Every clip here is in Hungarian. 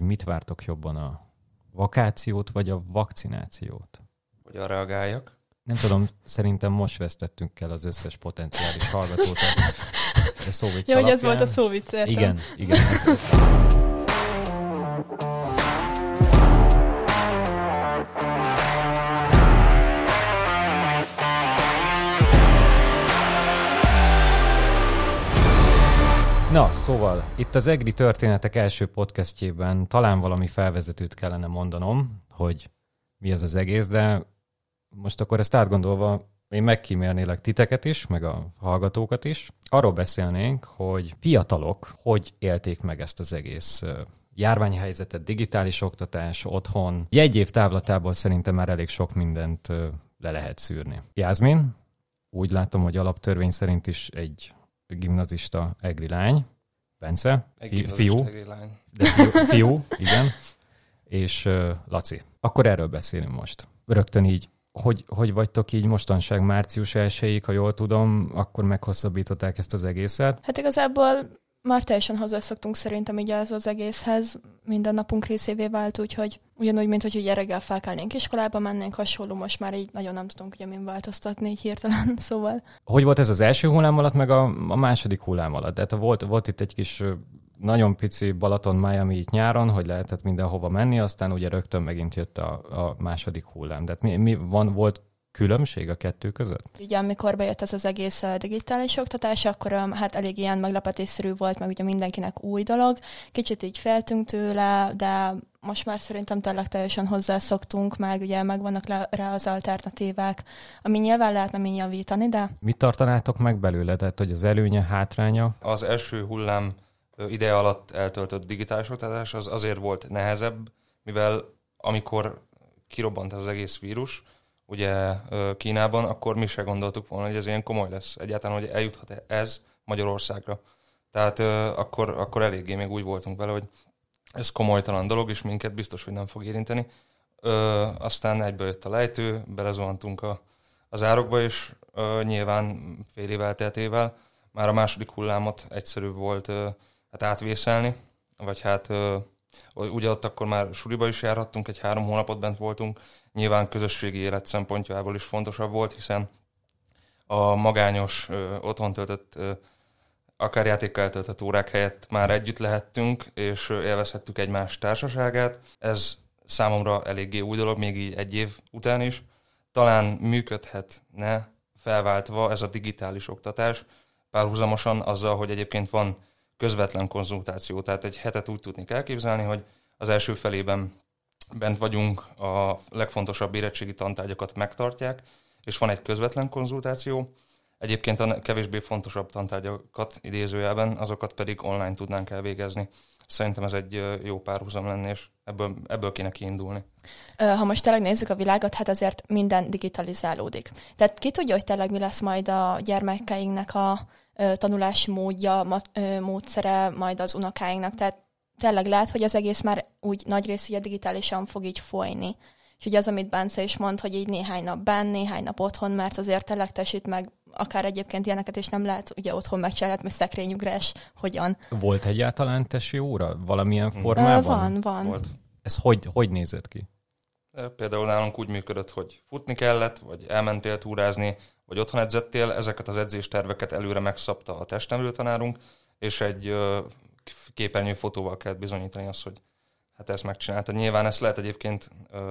Mit vártok jobban, a vakációt vagy a vakcinációt? Hogyan reagáljak? Nem tudom, szerintem most vesztettünk el az összes potenciális hallgatót. A szóvic hogy ez volt a szóvic, értem. Igen. Na, szóval itt az EGRI Történetek első podcastjében talán valami felvezetőt kellene mondanom, hogy mi ez az egész, de most akkor ezt átgondolva én megkímélnélek titeket is, meg a hallgatókat is. Arról beszélnénk, hogy fiatalok hogy élték meg ezt az egész járványhelyzetet, digitális oktatás, otthon. Egy év távlatából szerintem már elég sok mindent le lehet szűrni. Jászmin, úgy látom, hogy alaptörvény szerint is egy gimnazista egri lány. Bence, fiú. De fiú, igen. És Laci. Akkor erről beszélünk most. Rögtön így, hogy vagytok így mostanság március 1-ig, ha jól tudom, akkor meghosszabbították ezt az egészet? Hát igazából már teljesen hozzászoktunk szerintem így az egészhez. Minden napunk részévé vált, úgyhogy ugyanúgy, mint hogy reggel felkelnénk iskolába, mennénk hasonló, most már így nagyon nem tudunk ugye min változtatni így hirtelen, szóval. Hogy volt ez az első hullám alatt, meg a második hullám alatt? Tehát volt itt egy kis nagyon pici Balaton-Miami itt nyáron, hogy lehetett mindenhova menni, aztán ugye rögtön megint jött a második hullám. De volt különbség a kettő között? Ugye amikor bejött ez az egész digitális oktatás, akkor hát elég ilyen meglepetésszerű volt, meg ugye mindenkinek új dolog. Kicsit így féltünk tőle, de most már szerintem tényleg teljesen hozzászoktunk, meg ugye megvannak rá az alternatívák, ami nyilván lehetne mind javítani, de... Mit tartanátok meg belőle? Tehát, hogy az előnye, hátránya? Az első hullám ideje alatt eltöltött digitális oktatás az azért volt nehezebb, mivel amikor kirobbant az egész vírus, ugye Kínában, akkor mi se gondoltuk volna, hogy ez ilyen komoly lesz. Egyáltalán, hogy eljuthat ez Magyarországra. Tehát akkor eléggé még úgy voltunk vele, hogy ez komolytalan dolog, és minket biztos, hogy nem fog érinteni. Aztán egyből jött a lejtő, belezuhantunk az árokba, és nyilván fél év elteltével már a második hullámot egyszerűbb volt átvészelni, vagy ugye ott akkor már suliba is járhattunk, 3 hónapot bent voltunk, nyilván közösségi élet szempontjából is fontosabb volt, hiszen a magányos, otthon töltött, akár játékkal töltött órák helyett már együtt lehettünk, és élvezhettük egymás társaságát. Ez számomra eléggé új dolog, még így egy év után is. Talán működhetne felváltva ez a digitális oktatás, párhuzamosan azzal, hogy egyébként van közvetlen konzultáció, tehát egy hetet úgy tudnék elképzelni, hogy az első felében bent vagyunk, a legfontosabb érettségi tantárgyakat megtartják, és van egy közvetlen konzultáció. Egyébként a kevésbé fontosabb tantárgyakat idézőjelben, azokat pedig online tudnánk elvégezni. Szerintem ez egy jó párhuzam lenne, és ebből kéne kiindulni. Ha most tényleg nézzük a világot, hát azért minden digitalizálódik. Tehát ki tudja, hogy tényleg mi lesz majd a gyermekeinknek a tanulási módja, módszere, majd az unokáinknak. Tehát tényleg lehet, hogy az egész már úgy nagy rész ugye digitálisan fog így folyni. És ugye az, amit Bence is mond, hogy így néhány nap benn, néhány nap otthon, mert azért tényleg tesít meg akár egyébként ilyeneket, és nem lehet ugye otthon megcsinálni, mert szekrényugrás, hogyan. Volt egyáltalán tesi óra valamilyen formában? Van. Volt. Ez hogy nézett ki? Például nálunk úgy működött, hogy futni kellett, vagy elmentél túrázni, vagy otthon edzettél, ezeket az edzésterveket előre megszabta a testnevelő tanárunk, és egy képernyő fotóval kellett bizonyítani azt, hogy hát ezt megcsinálta. Nyilván ezt lehet egyébként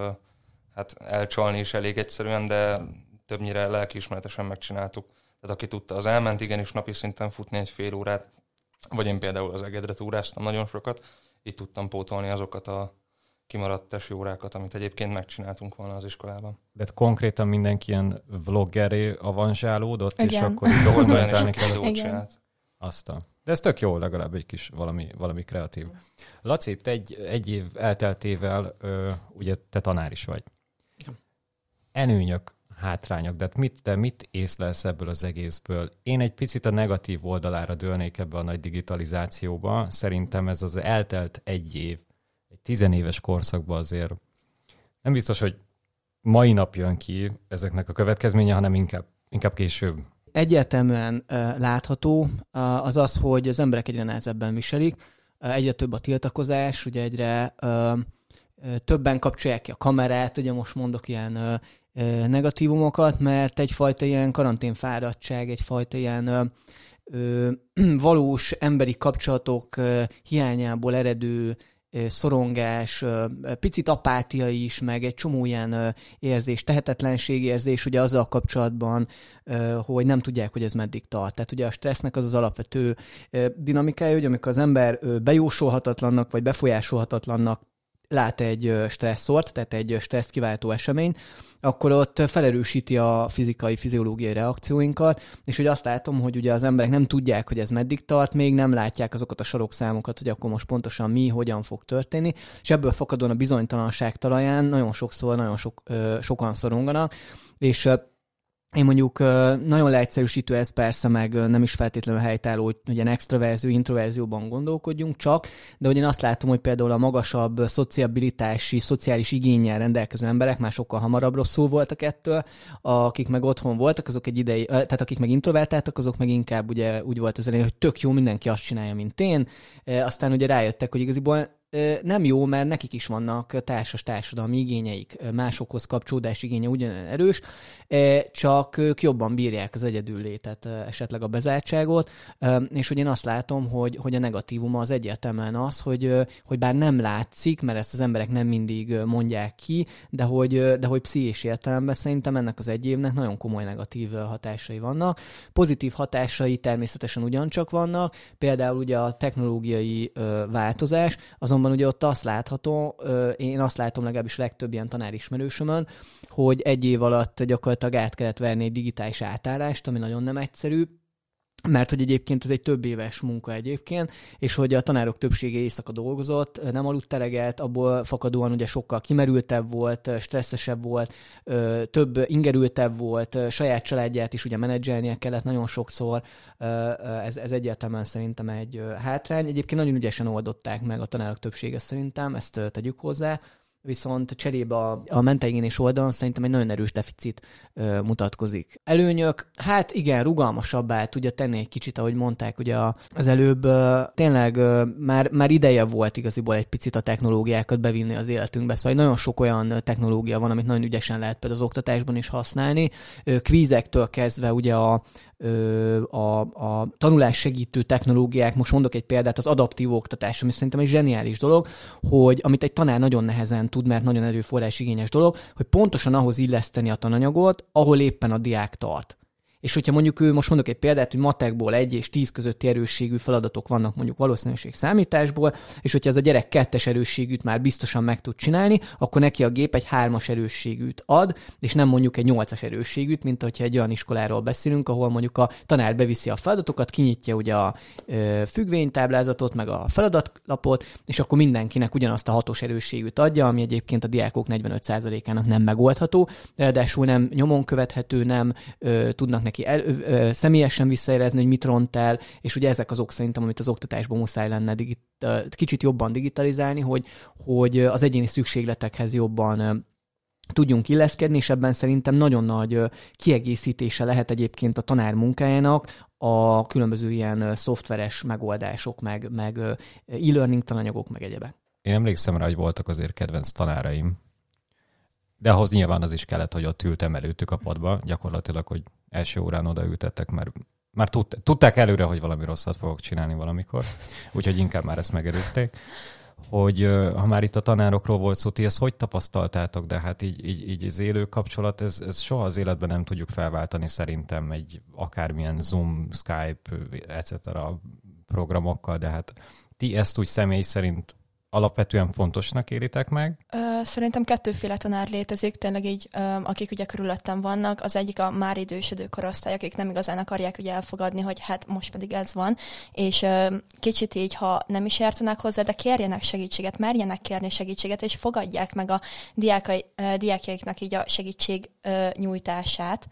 elcsalni is elég egyszerűen, de többnyire lelkiismeretesen megcsináltuk. Tehát aki tudta, az elment, igenis napi szinten futni egy fél órát, vagy én például az Egedre túráztam nagyon sokat, így tudtam pótolni azokat a kimaradt tesi órákat, amit egyébként megcsináltunk volna az iskolában. De konkrétan mindenki ilyen vloggeré avanzsálódott, igen. És akkor így dokumentálni kell. De ez tök jó, legalább egy kis valami kreatív. Laci, te egy év elteltével ugye te tanár is vagy. Előnyök, hátrányok, de te mit észlelsz ebből az egészből? Én egy picit a negatív oldalára dőlnék ebbe a nagy digitalizációba. Szerintem ez az eltelt egy év, egy 10 éves korszakban azért nem biztos, hogy mai nap jön ki ezeknek a következménye, hanem inkább később. Egyértelműen látható az, hogy az emberek egyre nehezebben viselik. egyre több a tiltakozás, ugye egyre többen kapcsolják ki a kamerát, ugye most mondok ilyen negatívumokat, mert egyfajta ilyen karanténfáradtság, egyfajta ilyen valós emberi kapcsolatok hiányából eredő szorongás, picit apátia is, meg egy csomó ilyen érzés, tehetetlenségérzés ugye azzal kapcsolatban, hogy nem tudják, hogy ez meddig tart. Tehát ugye a stressznek az alapvető dinamikája, hogy amikor az ember bejósolhatatlannak vagy befolyásolhatatlannak lát egy stresszort, tehát egy stresszt kiváltó esemény, akkor ott felerősíti a fizikai, fiziológiai reakcióinkat, és hogy azt látom, hogy ugye az emberek nem tudják, hogy ez meddig tart, még nem látják azokat a sarokszámokat, hogy akkor most pontosan mi, hogyan fog történni, és ebből fakadóan a bizonytalanság talaján nagyon sokszor sokan szoronganak, és én mondjuk nagyon leegyszerűsítő ez persze, meg nem is feltétlenül helytálló, hogy ilyen extraverzió, introverzióban gondolkodjunk csak, de hogy én azt látom, hogy például a magasabb szociabilitási, szociális igénnyel rendelkező emberek már sokkal hamarabb rosszul voltak ettől, akik meg otthon voltak, azok egy ideig, tehát akik meg introvertáltak, azok meg inkább ugye úgy volt az elején, hogy tök jó, mindenki azt csinálja, mint én, aztán ugye rájöttek, hogy igaziból nem jó, mert nekik is vannak társadalmi igényeik, másokhoz kapcsolódás igénye ugyanolyan erős, csak ők jobban bírják az egyedüllétet, esetleg a bezártságot, és hogy én azt látom, hogy a negatívuma az egyértelműen az, hogy bár nem látszik, mert ezt az emberek nem mindig mondják ki, de hogy pszichés értelemben szerintem ennek az egy évnek nagyon komoly negatív hatásai vannak. Pozitív hatásai természetesen ugyancsak vannak, például ugye a technológiai változás, azonban ugye ott azt látható, én azt látom legalábbis legtöbb ilyen tanárismerősömön, hogy egy év alatt gyakorlatilag át kellett verni egy digitális átállást, ami nagyon nem egyszerű, mert hogy egyébként ez egy több éves munka egyébként, és hogy a tanárok többsége éjszaka dolgozott, nem aludt eleget, abból fakadóan ugye sokkal kimerültebb volt, stresszesebb volt, több ingerültebb volt, saját családját is ugye menedzselnie kellett nagyon sokszor, ez egyértelműen szerintem egy hátrány. Egyébként nagyon ügyesen oldották meg a tanárok többsége szerintem, ezt tegyük hozzá, viszont cserébe a mentálhigiénés oldalon szerintem egy nagyon erős deficit mutatkozik. Előnyök, hát igen, rugalmasabbá tudja tenni egy kicsit, ahogy mondták ugye az előbb, tényleg már ideje volt igaziból egy picit a technológiákat bevinni az életünkbe, szóval nagyon sok olyan technológia van, amit nagyon ügyesen lehet például az oktatásban is használni. Kvízektől kezdve ugye a tanulás segítő technológiák, most mondok egy példát, az adaptív oktatás, ami szerintem egy zseniális dolog, hogy amit egy tanár nagyon nehezen tud, mert nagyon erőforrás igényes dolog, hogy pontosan ahhoz illeszteni a tananyagot, ahol éppen a diák tart. És hogyha mondjuk most mondok egy példát, hogy matekból 1 és 10 közötti erősségű feladatok vannak mondjuk valószínűség számításból, és hogyha ez a gyerek 2-es erősségűt már biztosan meg tud csinálni, akkor neki a gép egy 3-as erősségűt ad, és nem mondjuk egy 8-as erősségűt, mint hogyha egy olyan iskoláról beszélünk, ahol mondjuk a tanár beviszi a feladatokat, kinyitja ugye a függvénytáblázatot, meg a feladatlapot, és akkor mindenkinek ugyanazt a 6-os erősségűt adja, ami egyébként a diákok 45%-ának nem megoldható, ráadásul nem nyomon követhető, nem tudnak neki személyesen visszaérezni, hogy mit ront el, és ugye ezek azok szerintem, amit az oktatásban muszáj lenne kicsit jobban digitalizálni, hogy az egyéni szükségletekhez jobban tudjunk illeszkedni, és ebben szerintem nagyon nagy kiegészítése lehet egyébként a tanár munkájának a különböző ilyen szoftveres megoldások, meg e-learning tananyagok, meg egyebek. Én emlékszem rá, hogy voltak azért kedvenc tanáraim, de ahhoz nyilván az is kellett, hogy ott ültem előttük a padba, gyakorlatilag, hogy első órán odaültettek, mert már tudták előre, hogy valami rosszat fogok csinálni valamikor, úgyhogy inkább már ezt megerőzték, hogy ha már itt a tanárokról volt szó, ti ezt hogy tapasztaltátok, de hát így az élő kapcsolat, ez soha az életben nem tudjuk felváltani szerintem egy akármilyen Zoom, Skype, etc. programokkal, de hát ti ezt úgy személy szerint alapvetően fontosnak élitek meg? Szerintem kettőféle tanár létezik, tényleg így, akik ugye körülöttem vannak. Az egyik a már idősödő korosztály, akik nem igazán akarják ugye elfogadni, hogy hát most pedig ez van, és kicsit így, ha nem is értenek hozzá, de kérjenek segítséget, merjenek kérni segítséget, és fogadják meg a diákjaiknak így a segítség nyújtását.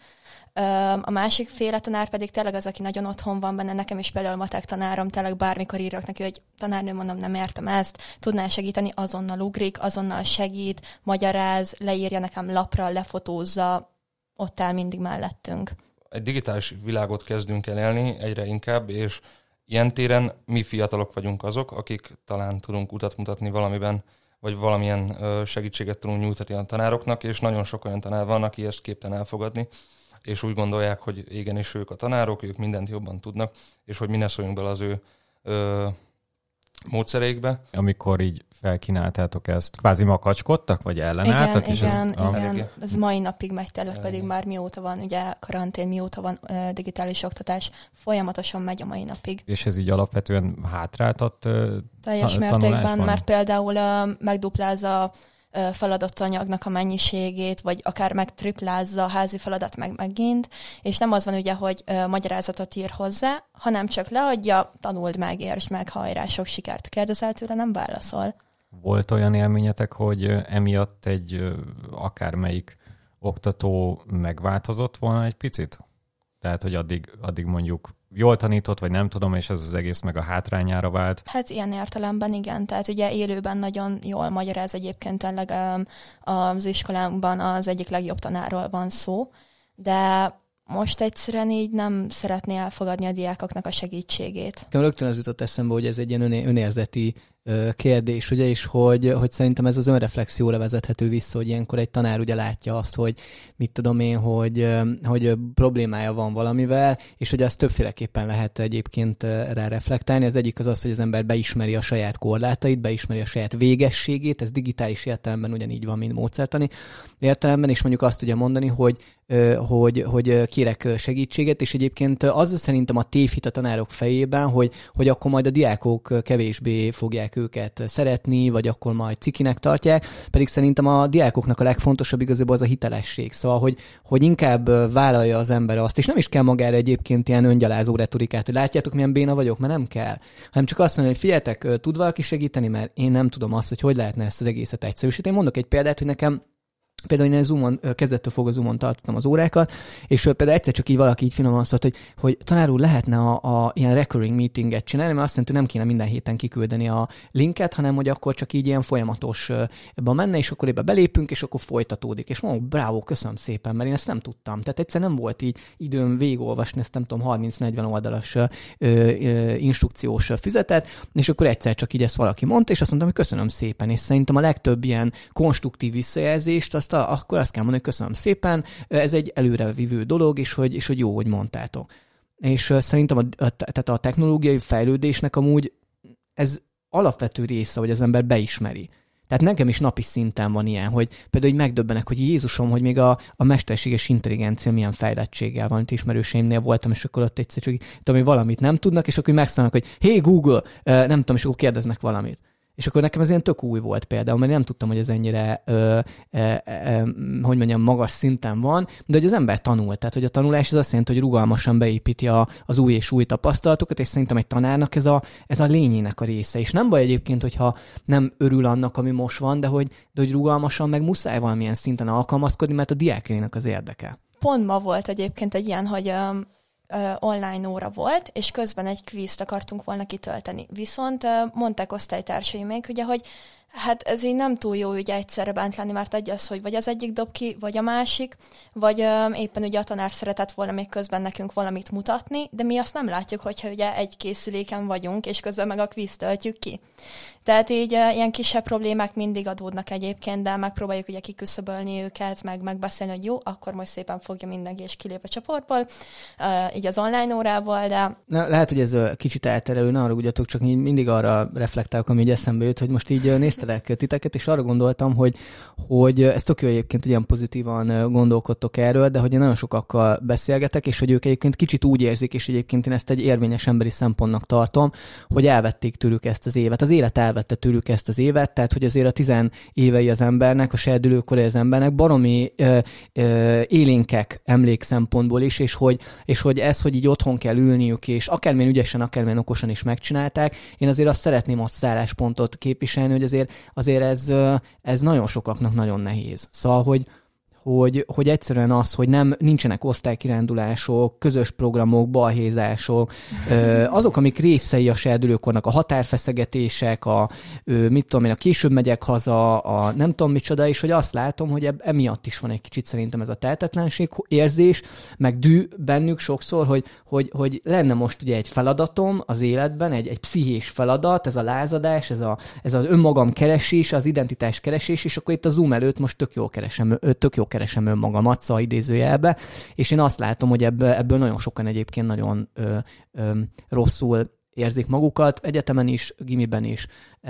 A másik féle tanár pedig tényleg az, aki nagyon otthon van benne, nekem is például matek tanárom, tényleg bármikor írok neki, hogy tanárnő, mondom, nem értem ezt, tudnál segíteni, azonnal ugrik, azonnal segít, magyaráz, leírja nekem lapra, lefotózza, ott áll mindig mellettünk. Egy digitális világot kezdünk el élni egyre inkább, és ilyen téren mi fiatalok vagyunk azok, akik talán tudunk utat mutatni valamiben, vagy valamilyen segítséget tudunk nyújtani a tanároknak, és nagyon sok olyan tanár van, aki ezt képtelen elfogadni, és úgy gondolják, hogy igenis ők a tanárok, ők mindent jobban tudnak, és hogy mi ne szóljunk bele az ő módszereikbe. Amikor így felkínáltátok ezt, kvázi makacskodtak, vagy ellenálltak? Igen. Ez mai napig megy, tényleg pedig már mióta van ugye karantén, mióta van digitális oktatás, folyamatosan megy a mai napig. És ez így alapvetően hátráltat teljes mértékben, mert például megduplázza feladatanyagnak a mennyiségét, vagy akár megtriplázza a házi feladat megint, és nem az van ugye, hogy magyarázatot ír hozzá, hanem csak leadja, tanuld meg, értsd meg, hajrá, sok sikert kérdezel tőle, nem válaszol. Volt olyan élményetek, hogy emiatt egy akármelyik oktató megváltozott volna egy picit? Tehát, hogy addig mondjuk jól tanított, vagy nem tudom, és ez az egész meg a hátrányára vált? Hát ilyen értelemben igen, tehát ugye élőben nagyon jól magyaráz egyébként tényleg az iskolánkban az egyik legjobb tanárról van szó, de most egyszerűen így nem szeretné elfogadni a diákoknak a segítségét. Rögtön az jutott eszembe, hogy ez egy ilyen önérzeti kérdés, ugye, és hogy szerintem ez az önreflexióra vezethető vissza, hogy ilyenkor egy tanár ugye látja azt, hogy mit tudom én, hogy problémája van valamivel, és hogy azt többféleképpen lehet egyébként rá reflektálni. Az egyik az, hogy az ember beismeri a saját korlátait, beismeri a saját végességét, ez digitális értelemben ugyanígy van, mint módszertani értelemben, és mondjuk azt tudja mondani, hogy kérek segítséget, és egyébként az szerintem a tévhit a tanárok fejében, hogy akkor majd a diákok kevésbé fogják őket szeretni, vagy akkor majd cikinek tartják, pedig szerintem a diákoknak a legfontosabb igazából az a hitelesség. Szóval, hogy inkább vállalja az ember azt, és nem is kell magára egyébként ilyen öngyalázó retorikát, hogy látjátok, milyen béna vagyok, mert nem kell, hanem csak azt mondani, hogy figyeljetek, tud valaki segíteni, mert én nem tudom azt, hogy lehetne ezt az egészet egyszerűsíteni. Én mondok egy példát, hogy nekem például én Zoomon, kezdettől fogva Zoomon tartottam az órákat, és például egyszer csak így valaki így finoman azt mondta, hogy tanár úr, lehetne a ilyen recurring meetinget csinálni, mert azt jelenti, hogy nem kéne minden héten kiküldeni a linket, hanem hogy akkor csak így ilyen folyamatosban menne, és akkor ebbe belépünk, és akkor folytatódik. És mondom, bravo, köszönöm szépen, mert én ezt nem tudtam. Tehát egyszer nem volt így időm végigolvasni ezt, nem tudom, 30-40 oldalas instrukciós füzetet, és akkor egyszer csak így ezt valaki mondta, és azt mondtam, hogy köszönöm szépen, és szerintem a legtöbb ilyen konstruktív visszajelzést akkor azt kell mondani, hogy köszönöm szépen, ez egy előrevívő dolog, és hogy jó, hogy mondtátok. És szerintem tehát a technológiai fejlődésnek amúgy ez alapvető része, hogy az ember beismeri. Tehát nekem is napi szinten van ilyen, hogy például így megdöbbenek, hogy Jézusom, hogy még a mesterséges intelligencia milyen fejlettséggel van. Itt ismerőseimnél voltam, és akkor ott egyszer csak tudom, hogy valamit nem tudnak, és akkor megszólnak, hogy hey Google, nem tudom, és akkor kérdeznek valamit. És akkor nekem ez ilyen tök új volt például, mert nem tudtam, hogy ez ennyire, hogy mondjam, magas szinten van, de hogy az ember tanul. Tehát, hogy a tanulás az azt jelenti, hogy rugalmasan beépíti az új és új tapasztalatokat, és szerintem egy tanárnak ez a lényének a része. És nem baj egyébként, hogyha nem örül annak, ami most van, de hogy rugalmasan meg muszáj valamilyen szinten alkalmazkodni, mert a diákjainak az érdeke. Pont ma volt egyébként egy ilyen, hogy online óra volt, és közben egy kvízt akartunk volna kitölteni. Viszont mondták osztálytársaim még, ugye, hogy hát ez így nem túl jó ugye egyszerre bent lenni, mert egy az, hogy vagy az egyik dob ki, vagy a másik, vagy éppen ugye a tanár szeretett volna még közben nekünk valamit mutatni, de mi azt nem látjuk, hogyha ugye egy készüléken vagyunk, és közben meg a kvízt töltjük ki. Tehát így ilyen kisebb problémák mindig adódnak egyébként, de megpróbáljuk ugye kiküszöbölni őket, meg megbeszélni, hogy jó, akkor most szépen fogja mindenki, és kilép a csoportból, így az online órából, de... Na, lehet, hogy ez kicsit elterelő, ne haragudjatok, csak mindig arra reflektálok, ami így eszembe jut, hogy most így néztelek titeket, és arra gondoltam, hogy ez tök jó egyébként, ilyen pozitívan gondolkodtok erről, de hogy én nagyon sokakkal beszélgetek, és hogy ők egyébként kicsit úgy érzik, és egyébként én ezt egy érvényes emberi szempontnak tartom, hogy elvették tőlük ezt az évet. Az élet elvette tőlük ezt az évet, tehát hogy azért a 10 évei az embernek, a serdülőkorai az embernek baromi élénkek emlék szempontból is, és hogy ez, hogy így otthon kell ülniük, és akármilyen ügyesen, akármilyen okosan is megcsinálták, én azért azt szeretném azt szálláspontot képviselni, hogy azért ez nagyon sokaknak nagyon nehéz. Szóval, hogy egyszerűen az, hogy nincsenek osztálykirándulások, közös programok, balhézások, azok, amik részei a serdülőkornak, a határfeszegetések, a később megyek haza, a nem tudom micsoda, és hogy azt látom, hogy emiatt is van egy kicsit szerintem ez a tehetetlenség érzés, meg dű bennük sokszor, hogy lenne most ugye egy feladatom az életben, egy pszichés feladat, ez a lázadás, ez az önmagam keresés, az identitás keresés, és akkor itt a Zoom előtt most tök jól keresem önmagamat, szóval idézőjelbe, és én azt látom, hogy ebből nagyon sokan egyébként nagyon rosszul érzik magukat, egyetemen is, gimiben is,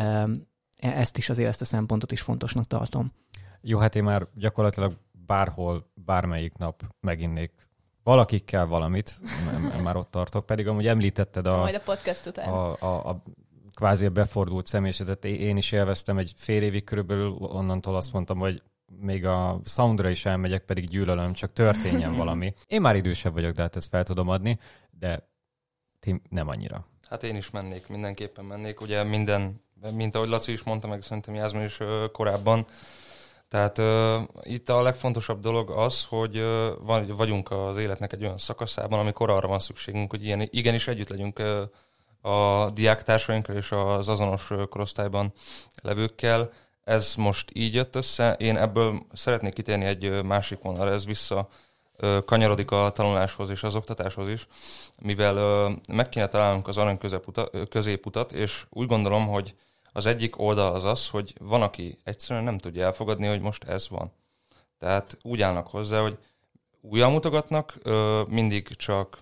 ezt a szempontot is fontosnak tartom. Jó, hát én már gyakorlatilag bárhol, bármelyik nap meginnék valakikkel valamit, már ott tartok, pedig amúgy említetted majd a podcast után. A kvázi a befordult személyiséget, én is élveztem egy fél évig körülbelül, onnantól azt mondtam, hogy még a soundra is elmegyek, pedig gyűlölöm, csak történjen valami. Én már idősebb vagyok, de hát ezt fel tudom adni, de ti nem annyira. Hát én is mennék, mindenképpen mennék. Ugye mint ahogy Laci is mondta, meg szerintem Jászmin is korábban. Tehát itt a legfontosabb dolog az, hogy vagyunk az életnek egy olyan szakaszában, amikor arra van szükségünk, hogy igenis együtt legyünk a diáktársainkkal és az azonos korosztályban levőkkel. Ez most így jött össze. Én ebből szeretnék kitérni egy másik vonalra, ez vissza kanyarodik a tanuláshoz és az oktatáshoz is, mivel meg kéne találnunk az arany középutat, és úgy gondolom, hogy az egyik oldal az, hogy van, aki egyszerűen nem tudja elfogadni, hogy most ez van. Tehát úgy állnak hozzá, hogy újjal mutogatnak, mindig csak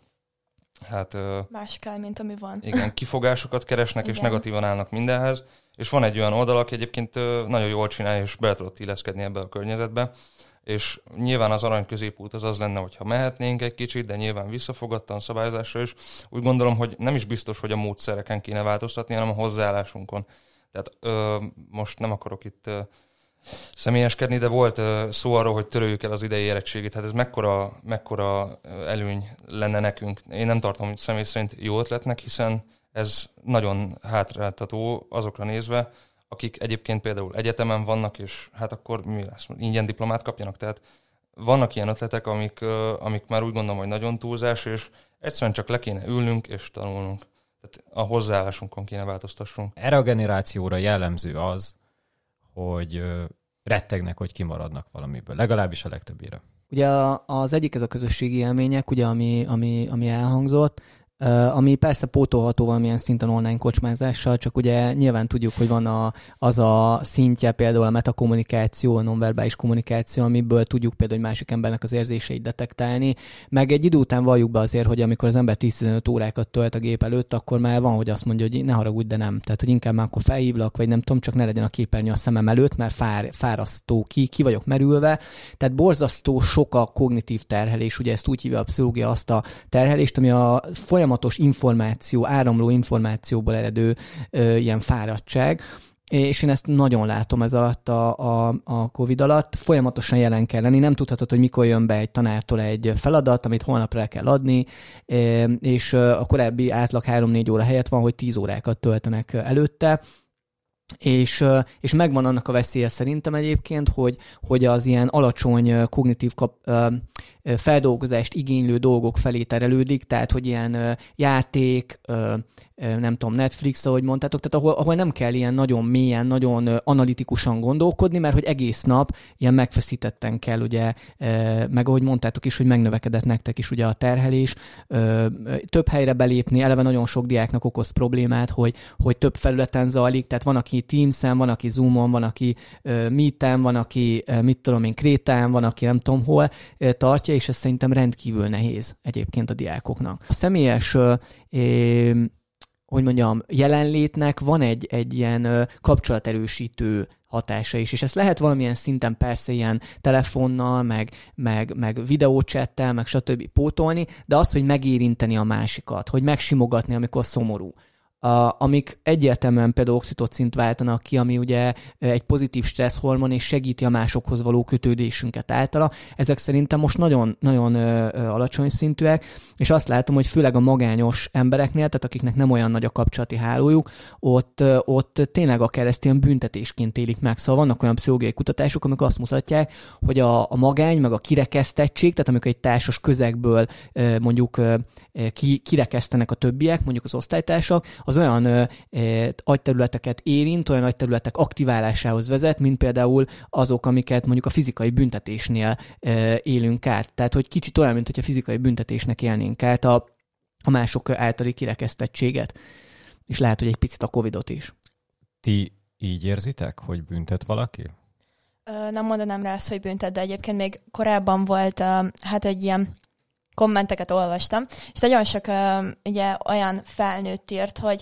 más kell, mint ami van. Igen, kifogásokat keresnek, igen. És negatívan állnak mindenhez. És van egy olyan oldal, aki egyébként nagyon jól csinálja, és bele tudott illeszkedni ebbe a környezetbe. És nyilván az arany középút az lenne, hogyha mehetnénk egy kicsit, de nyilván visszafogadtan szabályozásra is. Úgy gondolom, hogy nem is biztos, hogy a módszereken kéne változtatni, hanem a hozzáállásunkon. Tehát most nem akarok itt személyeskedni, de volt szó arról, hogy töröljük el az idei érettségét. Hát ez mekkora előny lenne nekünk. Én nem tartom személy szerint jó ötletnek, hiszen ez nagyon hátráltató azokra nézve, akik egyébként például egyetemen vannak, és hát akkor mi lesz? Ingyen diplomát kapjanak. Tehát vannak ilyen ötletek, amik már úgy gondolom, hogy nagyon túlzás, és egyszerűen csak le kéne ülnünk és tanulnunk. Tehát a hozzáállásunkon kéne változtassunk. Erre a generációra jellemző az, hogy rettegnek, hogy kimaradnak valamiből. Legalábbis a legtöbbére. Ugye az egyik ez a közösségi élmények, ugye, ami elhangzott, ami persze pótolható valamilyen szinten online kocsmázással, csak ugye nyilván tudjuk, hogy van az a szintje például a metakommunikáció, a nonverbális kommunikáció, amiből tudjuk például egy másik embernek az érzéseit detektálni, meg egy idő után valljuk be azért, hogy amikor az ember 10-15 órákat tölt a gép előtt, akkor már van, hogy azt mondja, hogy ne haragudj, de nem. Tehát, hogy inkább már akkor felhívlak, vagy nem tudom, csak ne legyen a képernyő a szemem előtt, mert fárasztó, ki vagyok merülve. Tehát borzasztó sok a kognitív terhelés, ugye ezt úgy hívja a pszichológia azt a terhelést, ami a folyamatos információ, áramló információból eredő ilyen fáradtság, és én ezt nagyon látom ez alatt a Covid alatt. Folyamatosan jelen kell lenni, nem tudhatod, hogy mikor jön be egy tanártól egy feladat, amit holnapra el kell adni, és a korábbi átlag 3-4 óra helyett van, hogy 10 órákat töltenek előtte, és megvan annak a veszélye szerintem egyébként, hogy az ilyen alacsony kognitív feldolgozást igénylő dolgok felé terelődik, tehát hogy ilyen játék, nem tudom, Netflix, ahogy mondtátok, tehát ahol nem kell ilyen nagyon mélyen, nagyon analitikusan gondolkodni, mert hogy egész nap ilyen megfeszítetten kell, ugye, meg ahogy mondtátok is, hogy megnövekedett nektek is ugye a terhelés, több helyre belépni, eleve nagyon sok diáknak okoz problémát, hogy több felületen zajlik, tehát van, aki Teams-en, van, aki Zoom-on, van, aki Meet-en, van, aki Krétán, van, aki nem tudom hol tartja, és ez szerintem rendkívül nehéz egyébként a diákoknak. A személyes jelenlétnek van egy ilyen kapcsolaterősítő hatása is, és ezt lehet valamilyen szinten persze ilyen telefonnal, meg videócsettel, meg stb. Pótolni, de az, hogy megérinteni a másikat, hogy megsimogatni, amikor szomorú, amik egyértelműen például oxitocint váltanak ki, ami ugye egy pozitív stresszhormon, és segíti a másokhoz való kötődésünket általa. Ezek szerintem most nagyon alacsony szintűek, és azt látom, hogy főleg a magányos embereknél, tehát akiknek nem olyan nagy a kapcsolati hálójuk, ott tényleg akár ezt ilyen büntetésként élik meg. Szóval vannak olyan pszichológiai kutatások, amik azt mutatják, hogy a magány, meg a kirekesztettség, tehát amikor egy társas közegből mondjuk kirekesztenek a többiek, mondjuk az osztálytársak, az olyan agyterületeket érint, olyan agyterületek aktiválásához vezet, mint például azok, amiket mondjuk a fizikai büntetésnél élünk át. Tehát, hogy kicsit olyan, mint hogy a fizikai büntetésnek élnénk át a mások általi kirekesztettséget. És lehet, hogy egy picit a Covidot is. Ti így érzitek, hogy büntet valaki? Nem mondanám rá azt, hogy büntet, de egyébként még korábban volt egy ilyen kommenteket olvastam, és nagyon sok ugye olyan felnőtt írt, hogy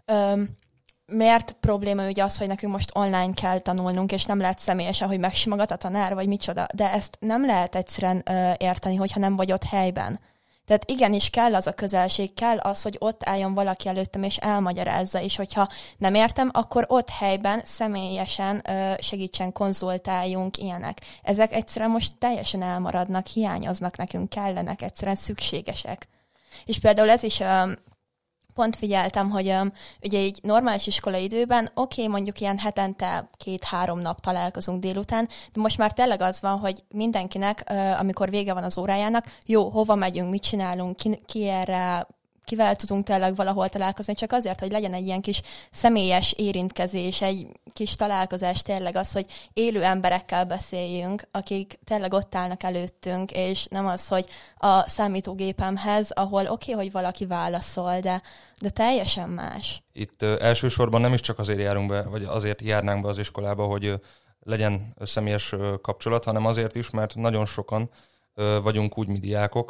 miért probléma ugye az, hogy nekünk most online kell tanulnunk, és nem lehet személyesen, hogy megsimogat a tanár, vagy micsoda, de ezt nem lehet egyszerűen érteni, hogyha nem vagy ott helyben. Tehát igenis kell az a közelség, kell az, hogy ott álljon valaki előttem, és elmagyarázza, és hogyha nem értem, akkor ott helyben személyesen segítsen, konzultáljunk, ilyenek. Ezek egyszerűen most teljesen elmaradnak, hiányoznak nekünk, kellenek, egyszerűen szükségesek. És például ez is pont figyeltem, hogy ugye így normális iskolai időben, mondjuk ilyen hetente 2-3 nap találkozunk délután, de most már tényleg az van, hogy mindenkinek, amikor vége van az órájának, jó, hova megyünk, mit csinálunk, ki erre, kivel tudunk tényleg valahol találkozni, csak azért, hogy legyen egy ilyen kis személyes érintkezés, egy kis találkozás tényleg az, hogy élő emberekkel beszéljünk, akik tényleg ott állnak előttünk, és nem az, hogy a számítógépemhez, ahol hogy valaki válaszol, de teljesen más. Itt elsősorban nem is csak azért járunk be, vagy azért járnánk be az iskolába, hogy legyen személyes kapcsolat, hanem azért is, mert nagyon sokan vagyunk úgy mi diákok,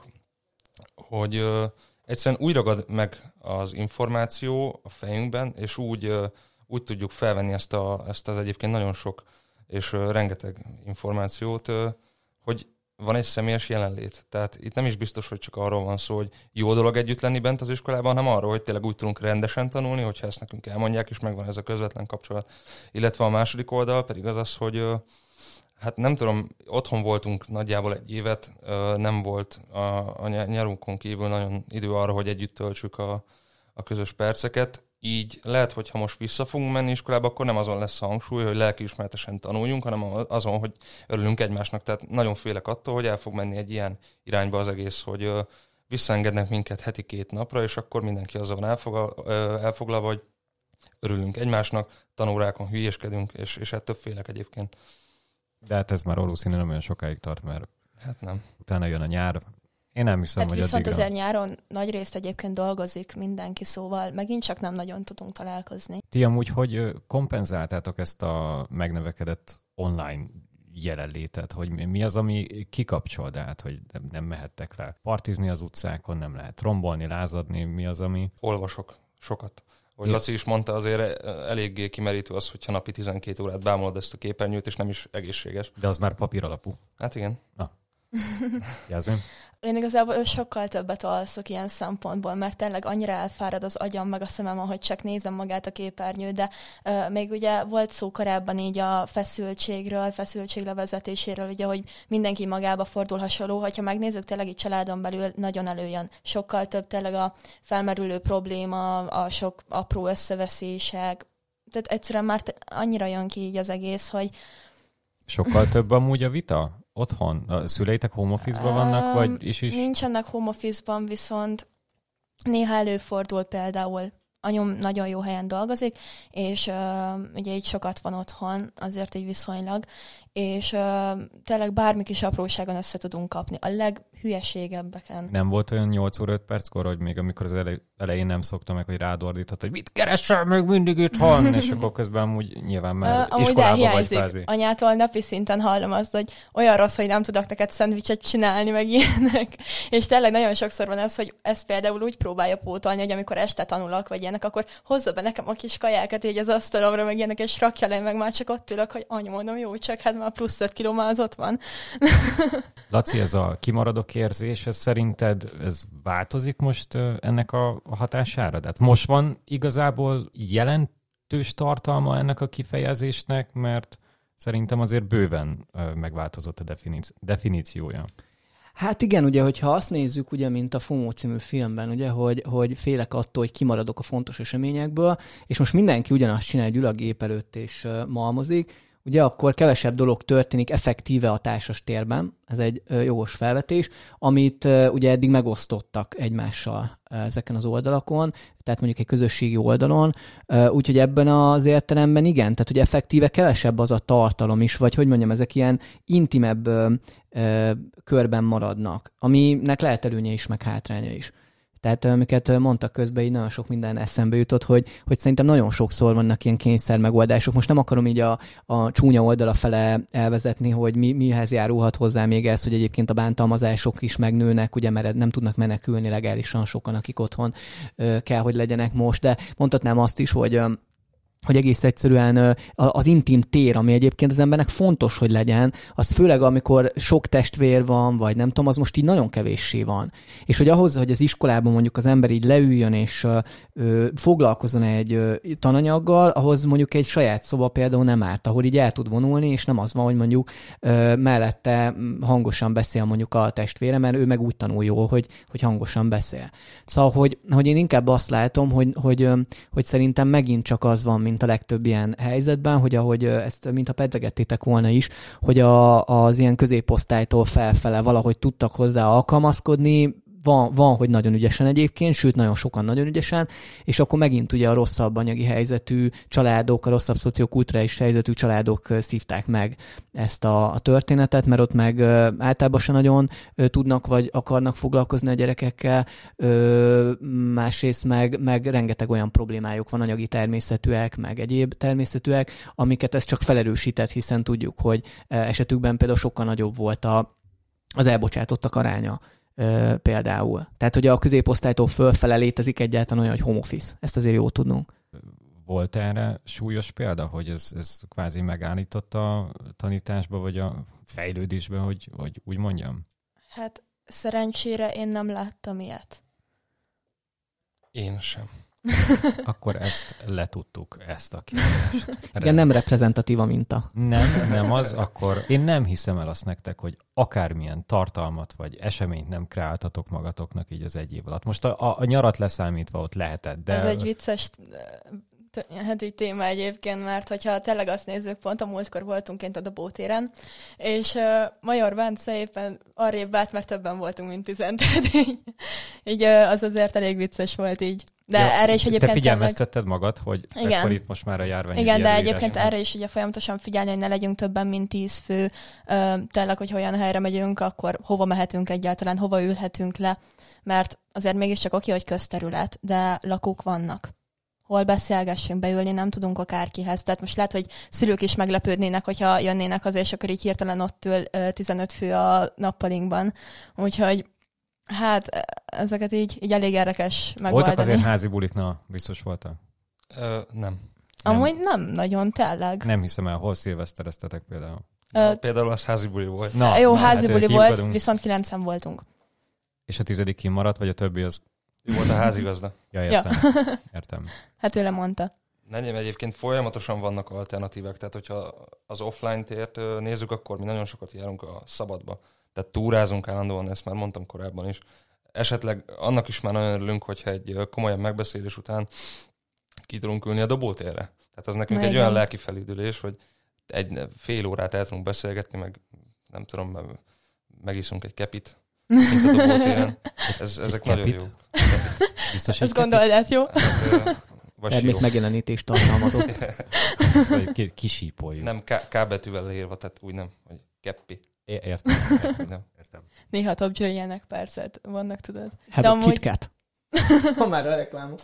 hogy egyszerűen úgy ragad meg az információ a fejünkben, és úgy tudjuk felvenni ezt az egyébként nagyon sok és rengeteg információt, hogy van egy személyes jelenlét. Tehát itt nem is biztos, hogy csak arról van szó, hogy jó dolog együtt lenni bent az iskolában, hanem arról, hogy tényleg úgy tudunk rendesen tanulni, hogyha ezt nekünk elmondják, és megvan ez a közvetlen kapcsolat. Illetve a második oldal pedig az, hogy hát nem tudom, otthon voltunk nagyjából 1 évet, nem volt a nyarunkon kívül nagyon idő arra, hogy együtt töltsük a közös perceket. Így lehet, hogy ha most vissza fogunk menni iskolába, akkor nem azon lesz a hangsúly, hogy lelkiismeretesen tanuljunk, hanem azon, hogy örülünk egymásnak. Tehát nagyon félek attól, hogy el fog menni egy ilyen irányba az egész, hogy visszaengednek minket heti 2 napra, és akkor mindenki azzal van elfoglalva, hogy örülünk egymásnak, tanórákon hülyéskedünk, és ettől félek egyébként. De hát ez már valószínűleg nem olyan sokáig tart, mert hát nem. Utána jön a nyár. Én nem hiszem, hogy viszont addigra... azért nyáron nagy részt egyébként dolgozik mindenki, szóval megint csak nem nagyon tudunk találkozni. Ti amúgy hogy kompenzáltátok ezt a megnövekedett online jelenlétet, hogy mi az, ami kikapcsol, át, hogy nem mehettek le partizni az utcákon, nem lehet rombolni, lázadni, mi az, ami... Olvasok sokat. Hogy Laci is mondta, azért eléggé kimerítő az, hogyha napi 12 órát bámulod ezt a képernyőt, és nem is egészséges. De az már papír alapú. Hát igen. Na. Jászmin? Én igazából sokkal többet alszok ilyen szempontból, mert tényleg annyira elfárad az agyam meg a szemem, ahogy csak nézem magát a képernyőt, de még ugye volt szó korábban így a feszültséglevezetéséről, ugye, hogy mindenki magába fordul hasonló, hogyha megnézzük tényleg így családon belül, nagyon előjön. Sokkal több tényleg a felmerülő probléma, a sok apró összeveszések, tehát egyszerűen már annyira jön ki így az egész, hogy... Sokkal több amúgy a vita? Otthon? A szüleitek home office-ban vannak, vagy is? Nincsenek home office-ban, viszont néha előfordul például. Anyum nagyon jó helyen dolgozik, és ugye így sokat van otthon, azért így viszonylag, és tényleg bármi kis apróságon össze tudunk kapni. A leghülyeségebbeken. Nem volt olyan 8 óra 5 perckor, hogy még amikor az elején nem szoktam meg, hogy rád ordíthat, hogy mit keresel még mindig itthon, és akkor közben amúgy nyilván már iskolába vagy kvázi. Anyától napi szinten hallom azt, hogy olyan rossz, hogy nem tudok neked szendvicset csinálni, meg ilyenek. És tényleg nagyon sokszor van ez, hogy ezt például úgy próbálja pótolni, hogy amikor este tanulok, vagy ilyenek, akkor hozza be nekem a kis kajákat így az asztalomra, meg ilyenek, és rakja le, meg már csak ott ülök, hogy anyu, mondom, jó, csak hát már plusz 5 kiló már az ott van. Laci, ez a kimaradok értékérzés, ez szerinted ez változik most ennek a hatására? Tehát most van igazából jelentős tartalma ennek a kifejezésnek, mert szerintem azért bőven megváltozott a definíciója. Hát igen, ugye, hogyha azt nézzük, ugye, mint a FOMO című filmben, ugye, hogy félek attól, hogy kimaradok a fontos eseményekből, és most mindenki ugyanazt csinál, ül a gép előtt és malmozik, ugye akkor kevesebb dolog történik effektíve a társas térben, ez egy jogos felvetés, amit ugye eddig megosztottak egymással ezeken az oldalakon, tehát mondjuk egy közösségi oldalon, úgyhogy ebben az értelemben igen, tehát hogy effektíve kevesebb az a tartalom is, vagy hogy mondjam, ezek ilyen intimebb körben maradnak, aminek lehet előnye is, meg hátránya is. Tehát amiket mondtak közben, így nagyon sok minden eszembe jutott, hogy szerintem nagyon sokszor vannak ilyen kényszer megoldások. Most nem akarom így a csúnya oldala fele elvezetni, hogy mihez járulhat hozzá még ez, hogy egyébként a bántalmazások is megnőnek, ugye, mert nem tudnak menekülni legálisan sokan, akik otthon kell, hogy legyenek most. De mondhatnám azt is, hogy egész egyszerűen az intim tér, ami egyébként az embernek fontos, hogy legyen, az főleg amikor sok testvér van, vagy nem tudom, az most így nagyon kevéssé van. És hogy ahhoz, hogy az iskolában mondjuk az ember így leüljön és foglalkozzon egy tananyaggal, ahhoz mondjuk egy saját szoba például nem árt, ahol így el tud vonulni, és nem az van, hogy mondjuk mellette hangosan beszél mondjuk a testvére, mert ő meg úgy tanul jól, hogy hangosan beszél. Szóval, hogy én inkább azt látom, hogy szerintem megint csak az van, mint a legtöbb ilyen helyzetben, hogy ahogy ezt mintha pedzegettétek volna is, hogy az ilyen középosztálytól felfele valahogy tudtak hozzá alkalmazkodni, van, hogy nagyon ügyesen egyébként, sőt, nagyon sokan nagyon ügyesen, és akkor megint ugye a rosszabb anyagi helyzetű családok, a rosszabb szociokulturális helyzetű családok szívták meg ezt a történetet, mert ott meg általában se nagyon tudnak vagy akarnak foglalkozni a gyerekekkel, másrészt meg rengeteg olyan problémájuk van, anyagi természetűek, meg egyéb természetűek, amiket ez csak felerősített, hiszen tudjuk, hogy esetükben például sokkal nagyobb volt az elbocsátottak aránya. Például. Tehát, hogy a középosztálytól fölfele létezik egyáltalán olyan, hogy home office. Ezt azért jól tudnunk. Volt erre súlyos példa, hogy ez kvázi megállította a tanításba, vagy a fejlődésbe, hogy úgy mondjam? Hát szerencsére én nem láttam ilyet. Én sem. Akkor ezt letudtuk, ezt a kérdést. Igen, nem reprezentatív a minta. Nem az, akkor én nem hiszem el azt nektek, hogy akármilyen tartalmat vagy eseményt nem kreáltatok magatoknak így az egy év alatt. Most a nyarat leszámítva ott lehetett, de... Ez egy vicces heti téma egyébként, mert hogyha tényleg azt nézzük, pont a múltkor voltunk kint a Dobótéren, és Major Bence éppen arrébb állt, mert többen voltunk, mint 10. így az azért elég vicces volt így. De ja, erre is egyébként... Te figyelmeztetted magad, hogy akkor itt most már a járvány... Igen, de egyébként erre is ugye folyamatosan figyelni, hogy ne legyünk többen, mint 10 fő. Tényleg, hogy olyan helyre megyünk, akkor hova mehetünk egyáltalán, hova ülhetünk le. Mert azért mégiscsak oké, hogy közterület, de lakók vannak. Hol beszélgessünk, beülni nem tudunk akárkihez. Tehát most lehet, hogy szülők is meglepődnének, hogyha jönnének haza, és akkor így hirtelen ott ül 15 fő a nappalinkban. Úgyhogy hát ezeket így elég érdekes megoldani. Voltak azért házi bulik, biztos voltak? Nem. Amúgy nem nagyon, tényleg. Nem hiszem el, hol szilvesztereztetek például? Például az házi buli volt. Jó, házi buli volt, viszont 9-en voltunk. És a 10. kimaradt, vagy a többi az... Ő volt a házigazda. Ja, értem. Értem. Hát ő lemondta. Nem, egyébként folyamatosan vannak alternatívák, tehát hogyha az offline tért nézzük, akkor mi nagyon sokat járunk a szabadba. Tehát túrázunk állandóan, ezt már mondtam korábban is. Esetleg annak is már nagyon örülünk, hogyha egy komolyabb megbeszélés után ki tudunk ülni a Dobótérre. Tehát az nekünk egy olyan lelki felüdülés, hogy egy fél órát el tudunk beszélgetni, meg nem tudom, megiszunk egy kepit, mint a Dobótéren. Ezek nagyon jók. Biztos, ezt gondold át, jó? Termék megjelenítést tartalmazott. Kisípoljuk. Nem K betűvel leírva, tehát úgy nem, hogy keppi. Értem. Néha top-győjelnek persze, vannak, tudod. Hát a KitKat. Ha már a reklámok.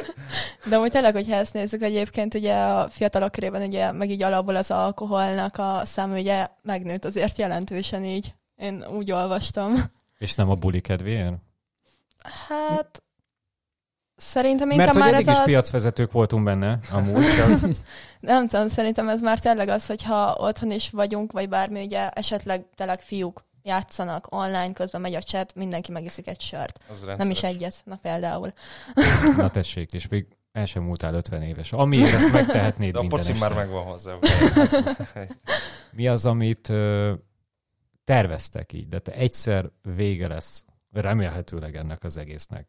De amúgy tényleg, hogyha ezt nézzük egyébként, ugye a fiatalok körében ugye meg így alapból az alkoholnak a szám ugye megnőtt azért jelentősen így. Én úgy olvastam. És nem a buli kedvéért? Hát... Szerintem inkább mert már eddig ez is piacvezetők voltunk benne, amúgy. Nem tudom, szerintem ez már tényleg az, hogyha otthon is vagyunk, vagy bármi, ugye esetleg tényleg fiúk játszanak online, közben megy a chat, mindenki megiszik egy sört. Nem is egyet, na például. Na tessék, és még el sem múltál 50 éves. Amiért ezt megtehetnéd de minden a pocim este. már megvan hozzá. Mi az, amit terveztek így, de te egyszer vége lesz remélhetőleg ennek az egésznek?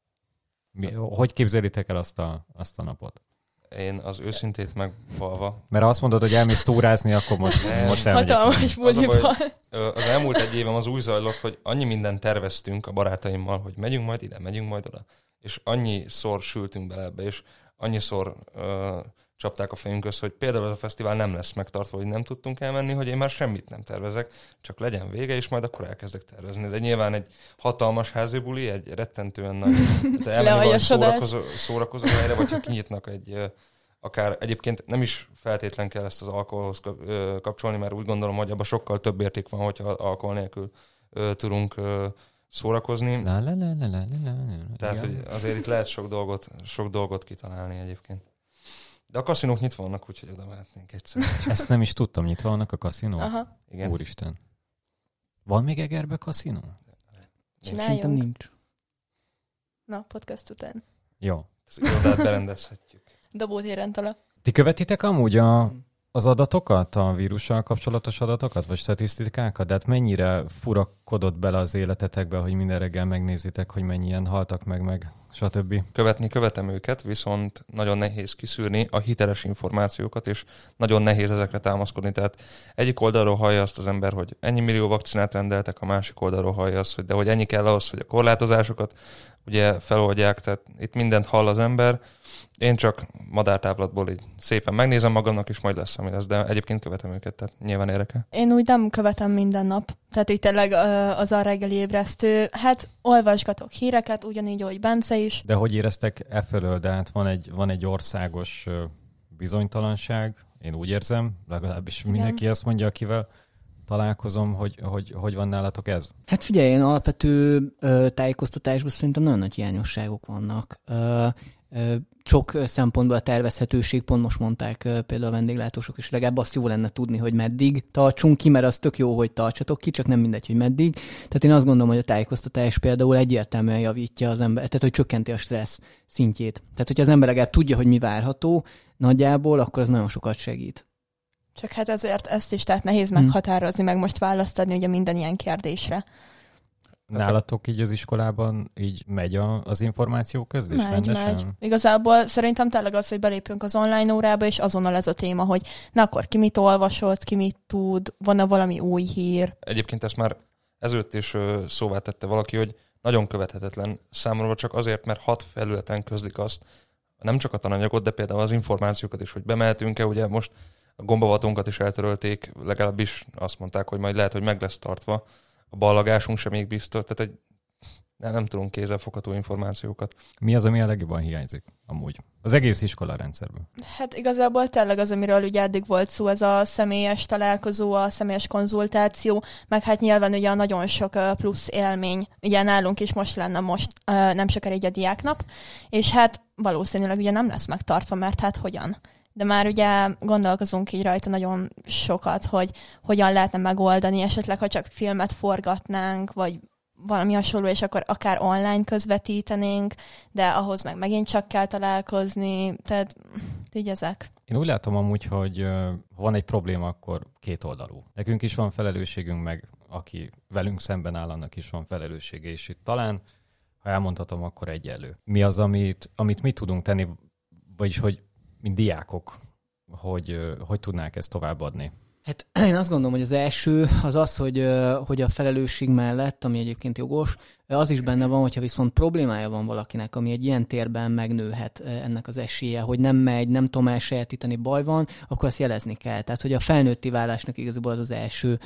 Hogy képzelitek el azt a napot? Én az őszintét megvalva. Mert ha azt mondod, hogy elmész túrázni, akkor most elmegyek. Hatalmas bulival. Az elmúlt egy évem az úgy zajlott, hogy annyi mindent terveztünk a barátaimmal, hogy megyünk majd ide, megyünk majd oda. És annyiszor sültünk bele ebbe, és annyiszor csapták a fejünk össze, hogy például ez a fesztivál nem lesz megtartva, hogy nem tudtunk elmenni, hogy én már semmit nem tervezek, csak legyen vége, és majd akkor elkezdek tervezni. De nyilván egy hatalmas házibuli, egy rettentően nagy, elmenni vagy szórakozó helyre, vagy ha kinyitnak egy akár egyébként nem is feltétlen kell ezt az alkoholhoz kapcsolni, mert úgy gondolom, hogy abban sokkal több érték van, hogyha alkohol nélkül tudunk szórakozni. Tehát, hogy azért itt lehet sok dolgot kitalálni egyébként. De a kaszinók nyitva vannak, úgyhogy oda mehetnénk egyszer. Ezt nem is tudtam, nyitva vannak a kaszinók? Aha. Igen. Úristen. Van még Egerbe kaszinó? Szerintem nincs. Na, podcast után. Jó. Ezt irodát berendezhetjük. Dobót érentele. Ti követitek amúgy az adatokat, a vírussal kapcsolatos adatokat, vagy statisztikákat? De hát mennyire furakodott bele az életetekbe, hogy minden reggel megnézitek, hogy mennyien haltak meg, stb. Követem őket, viszont nagyon nehéz kiszűrni a hiteles információkat, és nagyon nehéz ezekre támaszkodni. Tehát egyik oldalról hallja azt az ember, hogy ennyi millió vakcinát rendeltek, a másik oldalról hallja azt, hogy de hogy ennyi kell ahhoz, hogy a korlátozásokat ugye feloldják, tehát itt mindent hall az ember. Én csak madártávlatból így szépen megnézem magamnak, és majd lesz, ami lesz, de egyébként követem őket, tehát nyilván érdekel. Én úgy nem követem minden nap. Tehát így tényleg az a reggeli ébresztő. Hát olvasgatok híreket, ugyanígy, ahogy Bence is. De hogy éreztek fölől? De hát van egy országos bizonytalanság, én úgy érzem, legalábbis igen. Mindenki azt mondja, akivel találkozom, hogy van nálatok ez? Hát figyelj, én alapvető tájékoztatásban szerintem nagyon nagy hiányosságok vannak. Sok szempontból a tervezhetőség, pont most mondták például a vendéglátósok, és legalább azt jó lenne tudni, hogy meddig tartsunk ki, mert az tök jó, hogy tartsatok ki, csak nem mindegy, hogy meddig. Tehát én azt gondolom, hogy a tájékoztatás például egyértelműen javítja az ember, tehát hogy csökkenti a stressz szintjét. Tehát hogyha az ember legalább tudja, hogy mi várható nagyjából, akkor az nagyon sokat segít. Csak hát ezért ezt is tehát nehéz meghatározni, meg most választ adni ugye minden ilyen kérdésre. Nálatok így az iskolában így megy az információ közlés rendesen? Megy. Igazából szerintem tényleg az, hogy belépünk az online órába, és azonnal ez a téma, hogy na akkor ki mit olvasott, ki mit tud, van-e valami új hír. Egyébként ezt már ezelőtt is szóvá tette valaki, hogy nagyon követhetetlen számomra csak azért, mert 6 felületen közlik azt, nem csak a tananyagot, de például az információkat is, hogy bemehetünk-e, ugye most a gombavatunkat is eltörölték, legalábbis azt mondták, hogy majd lehet, hogy meg lesz tartva. A ballagásunk sem még biztos, tehát nem tudunk kézzelfogható információkat. Mi az, ami a legjobban hiányzik amúgy? Az egész iskola rendszerben. Hát igazából tényleg az, amiről ugye eddig volt szó, ez a személyes találkozó, a személyes konzultáció, meg hát nyilván ugye nagyon sok plusz élmény. Ugye nálunk is most lenne nem sokára egy a diáknap, és hát valószínűleg ugye nem lesz megtartva, mert hát hogyan? De már ugye gondolkozunk így rajta nagyon sokat, hogy hogyan lehetne megoldani, esetleg ha csak filmet forgatnánk, vagy valami hasonló, és akkor akár online közvetítenénk, de ahhoz meg megint csak kell találkozni, tehát így ezek. Én úgy látom amúgy, hogy ha van egy probléma, akkor két oldalú. Nekünk is van felelősségünk, meg aki velünk szemben áll, annak is van felelőssége, és itt talán, ha elmondhatom, akkor egyenlő. Mi az, amit mi tudunk tenni, vagyis hogy mint diákok, hogy tudnák ezt továbbadni? Hát én azt gondolom, hogy az első az az, hogy a felelősség mellett, ami egyébként jogos, az is benne van, hogyha viszont problémája van valakinek, ami egy ilyen térben megnőhet ennek az esélye, hogy nem megy, nem tudom elsajátítani, baj van, akkor azt jelezni kell. Tehát, hogy a felnőtté válásnak igazából az első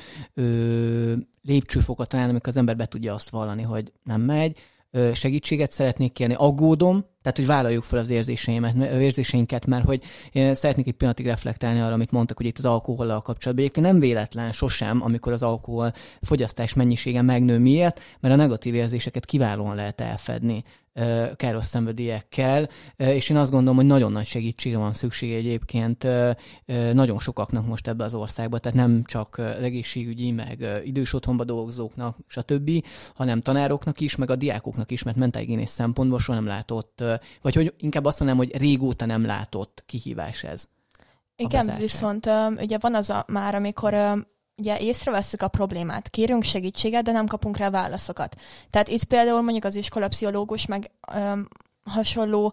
lépcsőfoka talán, amikor az ember be tudja azt vallani, hogy nem megy, segítséget szeretnék kérni, aggódom, Tehát, hogy vállaljuk fel az érzéseinket, mert hogy én szeretnék egy pillanatig reflektálni arra, amit mondtak, hogy itt az alkohollal kapcsolatban. Egyébként nem véletlen sosem, amikor az alkohol fogyasztás mennyisége megnő. Miért? Mert a negatív érzéseket kiválóan lehet elfedni káros szenvedélyekkel, és én azt gondolom, hogy nagyon nagy segítségre van szüksége egyébként nagyon sokaknak most ebbe az országba, tehát nem csak egészségügyi, meg idős otthonba dolgozóknak, stb., hanem tanároknak is, meg a diákoknak is, mert mentálhigiénés szempontból soha nem látott, vagy hogy inkább azt mondanám, hogy régóta nem látott kihívás ez. Igen, viszont ugye van az már, amikor ugye észrevesszük a problémát, kérünk segítséget, de nem kapunk rá válaszokat. Tehát itt például mondjuk az iskolapszichológus, meg hasonló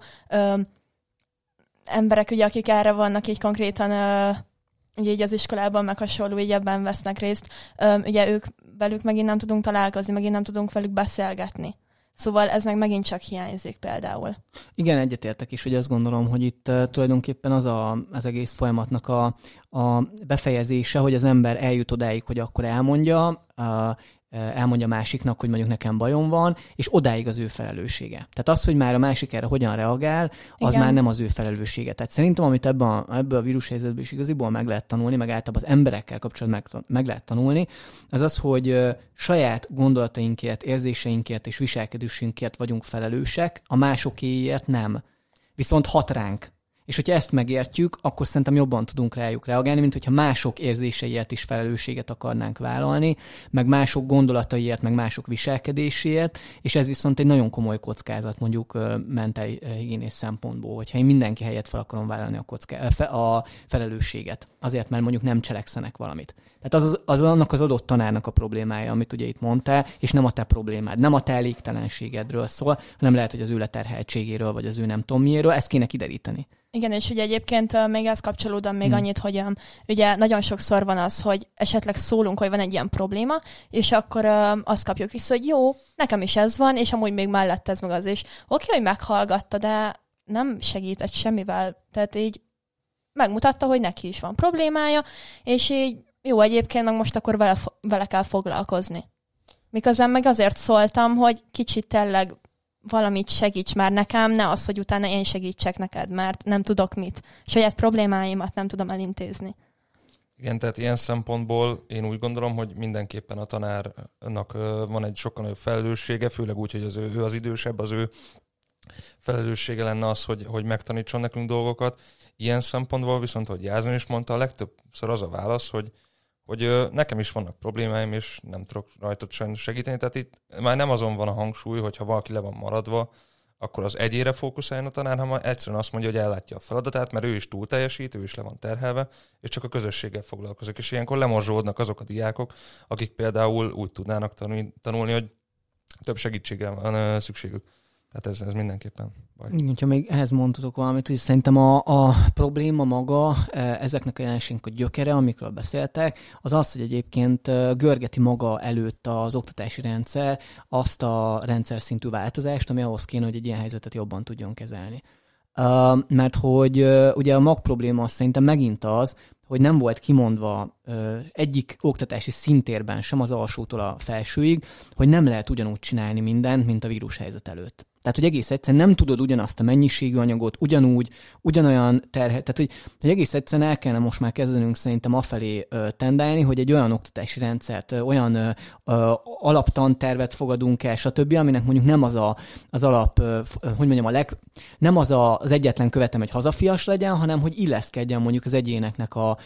emberek, ugye, akik erre vannak így konkrétan ugye így az iskolában, meg hasonló, így ebben vesznek részt, ugye velük megint nem tudunk találkozni, megint nem tudunk velük beszélgetni. Szóval ez meg megint csak hiányzik például. Igen, egyetértek is, hogy azt gondolom, hogy itt tulajdonképpen az egész folyamatnak a befejezése, hogy az ember eljut odáig, hogy akkor elmondja másiknak, hogy mondjuk nekem bajom van, és odáig az ő felelőssége. Tehát az, hogy már a másik erre hogyan reagál, az már nem az ő felelőssége. Tehát szerintem, amit ebből a vírushelyzetből is igaziból meg lehet tanulni, meg általában az emberekkel kapcsolatban meg lehet tanulni, az, hogy saját gondolatainkért, érzéseinkért és viselkedésünkért vagyunk felelősek, a másokéért nem. Viszont hat ránk. És hogyha ezt megértjük, akkor szerintem jobban tudunk rájuk reagálni, mint hogyha mások érzéseiért is felelősséget akarnánk vállalni, meg mások gondolataiért, meg mások viselkedéséért, és ez viszont egy nagyon komoly kockázat mondjuk mentálhigiénés szempontból, hogyha én mindenki helyett fel akarom vállalni a felelősséget, azért, mert mondjuk nem cselekszenek valamit. Tehát az annak az adott tanárnak a problémája, amit ugye itt mondtál, és nem a te problémád, nem a te elégtelenségedről szól, hanem lehet, hogy az ő leterheltségéről, vagy az ő nem tudom miéről, ezt kéne kideríteni. Igen, és ugye egyébként még ezt kapcsolódom még annyit, hogy ugye nagyon sokszor van az, hogy esetleg szólunk, hogy van egy ilyen probléma, és akkor azt kapjuk vissza, hogy jó, nekem is ez van, és amúgy még mellett ez meg az is. Oké, hogy meghallgatta, de nem segített semmivel. Tehát így megmutatta, hogy neki is van problémája, és így jó, egyébként meg most akkor vele kell foglalkozni. Miközben meg azért szóltam, hogy kicsit tényleg valamit segíts már nekem, ne az, hogy utána én segítsek neked, mert nem tudok mit. Saját problémáimat nem tudom elintézni. Igen, tehát ilyen szempontból én úgy gondolom, hogy mindenképpen a tanárnak van egy sokkal nagyobb felelőssége, főleg úgy, hogy ő az idősebb, az ő felelőssége lenne az, hogy megtanítson nekünk dolgokat. Ilyen szempontból viszont, hogy Jászon is mondta, a legtöbbször az a válasz, hogy nekem is vannak problémáim, és nem tudok rajtad sajnos segíteni. Tehát itt már nem azon van a hangsúly, hogyha valaki le van maradva, akkor az egyére fókuszáljon a tanár, hanem egyszerűen azt mondja, hogy ellátja a feladatát, mert ő is túl teljesít, ő is le van terhelve, és csak a közösséggel foglalkozik. És ilyenkor lemorzsolódnak azok a diákok, akik például úgy tudnának tanulni, hogy több segítségre van szükségük. Tehát ez mindenképpen baj. Ha még ehhez mondhatok valamit, hogy szerintem a probléma maga, ezeknek a jelenségnek a gyökere, amikről beszéltek, az az, hogy egyébként görgeti maga előtt az oktatási rendszer azt a rendszer szintű változást, ami ahhoz kéne, hogy egy ilyen helyzetet jobban tudjon kezelni. Mert hogy ugye a magprobléma az szerintem megint az, hogy nem volt kimondva egyik oktatási szintérben sem az alsótól a felsőig, hogy nem lehet ugyanúgy csinálni mindent, mint a vírushelyzet előtt. Tehát, hogy egész egyszerűen nem tudod ugyanazt a mennyiségű anyagot, ugyanolyan terhet, tehát, hogy egész egyszerűen el kellene most már kezdenünk szerintem afelé tendálni, hogy egy olyan oktatási rendszert, olyan alaptantervet fogadunk el, stb., aminek mondjuk nem az alap, hogy mondjam, nem az egyetlen követem, hogy hazafias legyen, hanem hogy illeszkedjen mondjuk az egyéneknek a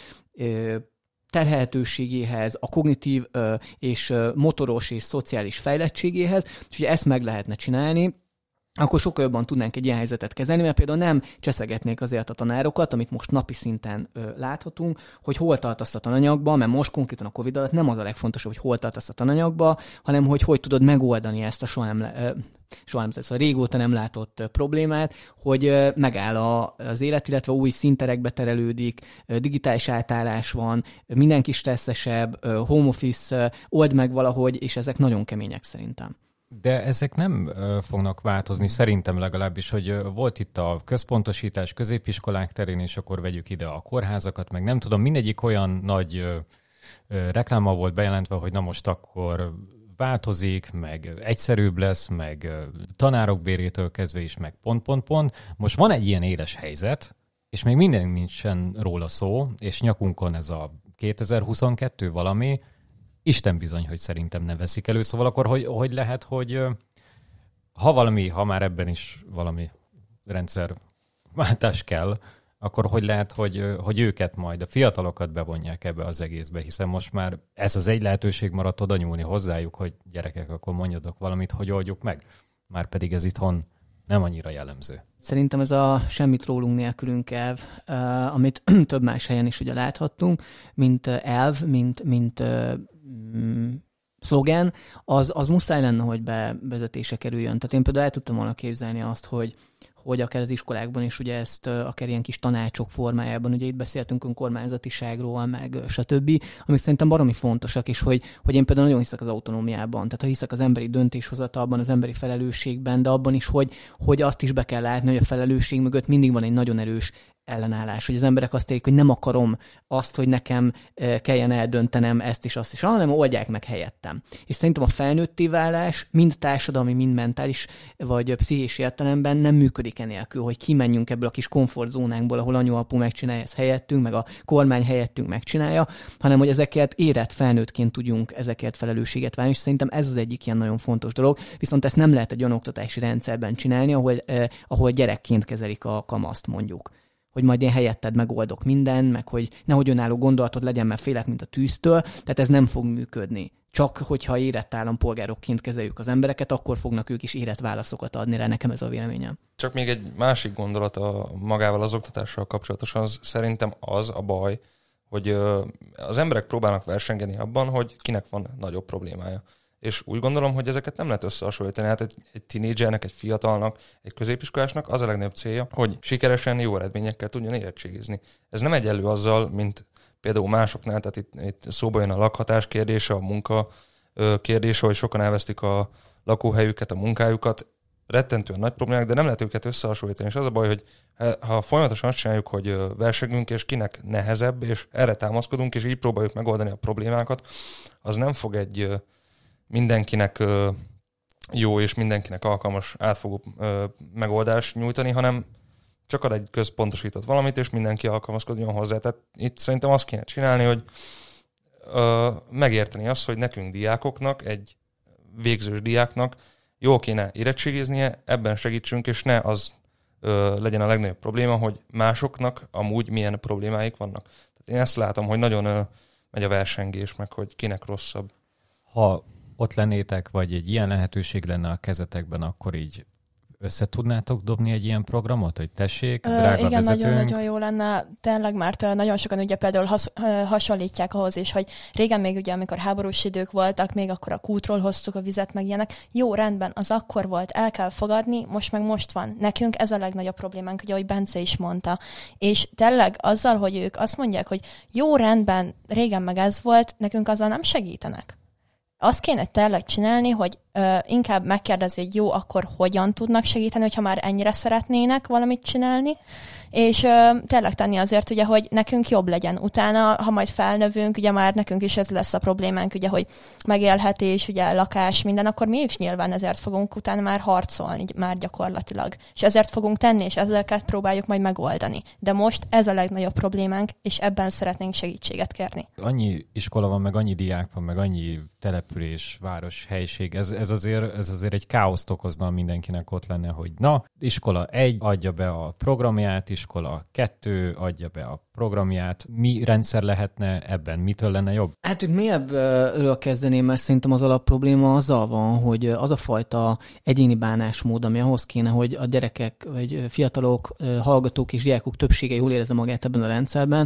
terhelhetőségéhez, a kognitív és motoros és szociális fejlettségéhez, és ugye ezt meg lehetne csinálni, akkor sokkal jobban tudnánk egy ilyen helyzetet kezelni, mert például nem cseszegetnék azért a tanárokat, amit most napi szinten láthatunk, hogy hol tartasz a tananyagba, mert most konkrétan a Covid alatt nem az a legfontosabb, hogy hol tartasz a tananyagba, hanem hogy tudod megoldani ezt a szóval régóta nem látott problémát, hogy megáll az élet, illetve új színterekbe terelődik, digitális átállás van, mindenki stresszesebb, home office, old meg valahogy, és ezek nagyon kemények szerintem. De ezek nem fognak változni, szerintem legalábbis, hogy volt itt a központosítás középiskolák terén, és akkor vegyük ide a kórházakat, meg nem tudom, mindegyik olyan nagy reklámmal volt bejelentve, hogy na most akkor változik, meg egyszerűbb lesz, meg tanárok bérétől kezdve is, meg pont. Most van egy ilyen éles helyzet, és még minden nincsen róla szó, és nyakunkon ez a 2022 valami, Isten bizony, hogy szerintem nem veszik elő. Szóval akkor hogy lehet, hogy ha már ebben is valami rendszerváltás kell, akkor hogy lehet, hogy őket majd, a fiatalokat bevonják ebbe az egészbe, hiszen most már ez az egy lehetőség maradt oda nyúlni hozzájuk, hogy gyerekek, akkor mondjatok valamit, hogy oldjuk meg. Már pedig ez itthon nem annyira jellemző. Szerintem ez a semmit rólunk nélkülünk elv, amit több más helyen is ugye láthattunk, mint elv, mint szlogen, az muszáj lenne, hogy bevezetése kerüljön. Tehát én például el tudtam volna képzelni azt, hogy akár az iskolákban is ugye ezt akár ilyen kis tanácsok formájában, ugye itt beszéltünk önkormányzatiságról, meg stb., amik szerintem baromi fontosak, és hogy én például nagyon hiszek az autonómiában, tehát ha hiszek az emberi döntéshozatalban, az emberi felelősségben, de abban is, hogy azt is be kell látni, hogy a felelősség mögött mindig van egy nagyon erős ellenállás, hogy az emberek azt érik, hogy nem akarom azt, hogy nekem kelljen eldöntenem ezt is, azt is, hanem oldják meg helyettem. És szerintem a felnőtté válás mind társadalmi, mind mentális vagy pszichés értelemben nem működik enélkül, hogy kimenjünk ebből a kis komfortzónánkból, ahol anyu-apu megcsinálja ezt helyettünk, meg a kormány helyettünk megcsinálja, hanem hogy ezeket érett felnőttként tudjunk ezekért felelősséget válni, és szerintem ez az egyik ilyen nagyon fontos dolog, viszont ezt nem lehet egy olyan oktatási rendszerben csinálni, ahol gyerekként kezelik a kamaszt mondjuk. Hogy majd én helyetted megoldok minden, meg hogy nehogy önálló gondolatod legyen, mert félek, mint a tűztől, tehát ez nem fog működni. Csak hogyha érett állampolgárokként kezeljük az embereket, akkor fognak ők is érett válaszokat adni rá, nekem ez a véleményem. Csak még egy másik gondolat magával az oktatással kapcsolatosan, az szerintem az a baj, hogy az emberek próbálnak versengeni abban, hogy kinek van nagyobb problémája. És úgy gondolom, hogy ezeket nem lehet összehasonlítani. Hát egy tinédzsernek, egy fiatalnak, egy középiskolásnak az a legnagyobb célja, hogy sikeresen, jó eredményekkel tudjon érettségizni. Ez nem egyenlő azzal, mint például másoknál, tehát itt szóba jön a lakhatás kérdése, a munka kérdése, hogy sokan elvesztik a lakóhelyüket, a munkájukat. Rettentően nagy problémák, de nem lehet őket összehasonlítani. És az a baj, hogy ha folyamatosan azt csináljuk, hogy versengünk, és kinek nehezebb, és erre támaszkodunk, és így próbáljuk megoldani a problémákat, az nem fog egy mindenkinek jó és mindenkinek alkalmas átfogó megoldást nyújtani, hanem csak ad egy központosított valamit, és mindenki alkalmazkodjon hozzá. Tehát itt szerintem azt kéne csinálni, hogy megérteni azt, hogy nekünk diákoknak, egy végzős diáknak jól kéne érettségiznie, ebben segítsünk, és ne az legyen a legnagyobb probléma, hogy másoknak amúgy milyen problémáik vannak. Tehát én ezt látom, hogy nagyon megy a versengés, meg hogy kinek rosszabb. Ha ott lennétek, vagy egy ilyen lehetőség lenne a kezetekben, akkor így összetudnátok dobni egy ilyen programot, hogy tessék, drága igen, vezetőnk? nagyon jó lenne. Tényleg, mert nagyon sokan ugye például hasonlítják ahhoz is, hogy régen még ugye, amikor háborús idők voltak, még akkor a kútról hoztuk a vizet, meg ilyenek. Jó, rendben, az akkor volt, el kell fogadni, most van. Nekünk ez a legnagyobb problémánk, ugye, ahogy Bence is mondta. És tényleg azzal, hogy ők azt mondják, hogy jó, rendben, régen meg ez volt, nekünk azzal nem segítenek. Azt kéne tényleg csinálni, hogy inkább megkérdezni, hogy jó, akkor hogyan tudnak segíteni, hogyha már ennyire szeretnének valamit csinálni, és tényleg tenni azért, ugye, hogy nekünk jobb legyen. Utána, ha majd felnövünk, ugye már nekünk is ez lesz a problémánk, ugye, hogy megélhetés, ugye lakás, minden, akkor mi is nyilván ezért fogunk utána már harcolni, már gyakorlatilag. És ezért fogunk tenni, és ezeket próbáljuk majd megoldani. De most ez a legnagyobb problémánk, és ebben szeretnénk segítséget kérni. Annyi iskola van, meg annyi diák van, meg annyi település, város, helység, ez azért egy káoszt okozna mindenkinek ott lenne, hogy na, iskola 1 adja be a programját, iskola 2 adja be a programját. Mi rendszer lehetne ebben? Mitől lenne jobb? Hát itt mélyebbről kezdeném, mert szerintem az alapprobléma azzal van, hogy az a fajta egyéni bánásmód, ami ahhoz kéne, hogy a gyerekek, vagy fiatalok, hallgatók és diákok többsége jól érezze magát ebben a rendszerben,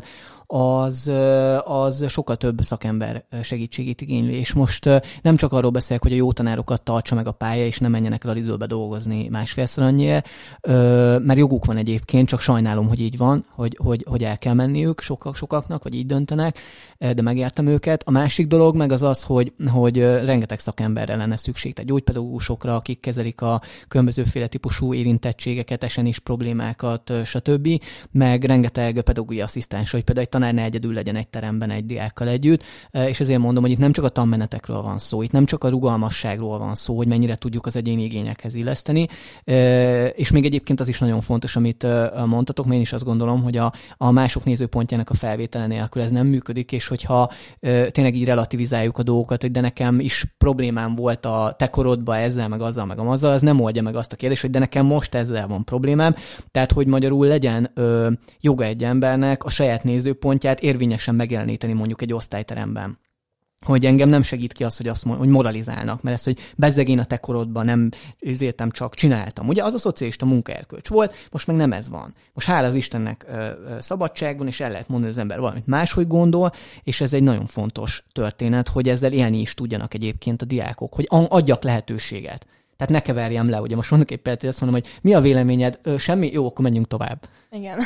az sokkal több szakember segítségét igényli. És most nem csak arról beszélek, hogy a jó tanárokat tartsa meg a pálya, és ne menjenek el a Lidlbe dolgozni másfélszer annyiért, mert joguk van egyébként, csak sajnálom, hogy így van, hogy el kell menniük sokaknak, vagy így döntenek, de megértem őket. A másik dolog meg az, hogy rengeteg szakemberre lenne szükség, tehát gyógypedagógusokra, akik kezelik a különbözőféle típusú érintettségeket, esenis problémákat, stb., meg rengeteg pedagógiai asszisztens, hogy például egy tanár ne egyedül legyen egy teremben egy diákkal együtt, és ezért mondom, hogy itt nem csak a tanmenetekről van szó, itt nem csak a rugalmasságról van szó, hogy mennyire tudjuk az egyéni igényekhez illeszteni, és még egyébként az is nagyon fontos, amit mondtatok, mert én is azt gondolom, hogy a mások nézőpontjának a felvétele nélkül ez nem működik, és hogyha tényleg így relativizáljuk a dolgokat, de nekem is problémám volt a te korodban ezzel, meg azzal, meg amazzal, az nem oldja meg azt a kérdést, hogy de nekem most ezzel van problémám. Tehát, hogy magyarul legyen joga egy embernek a saját nézőpontját érvényesen megjeleníteni mondjuk egy osztályteremben. Hogy engem nem segít ki az, hogy azt mondja, hogy moralizálnak, mert ez, hogy bezzeg én a te korodban nem üzéltem, csak csináltam. Ugye az a szocialista munkaerkölcs volt, most meg nem ez van. Most hála az Istennek szabadság van, és el lehet mondani, hogy az ember valamit máshogy gondol, és ez egy nagyon fontos történet, hogy ezzel élni is tudjanak egyébként a diákok, hogy adjak lehetőséget. Tehát ne keverjem le, ugye most mondok egy példát, hogy azt mondom, hogy mi a véleményed, semmi, jó, akkor menjünk tovább. Igen.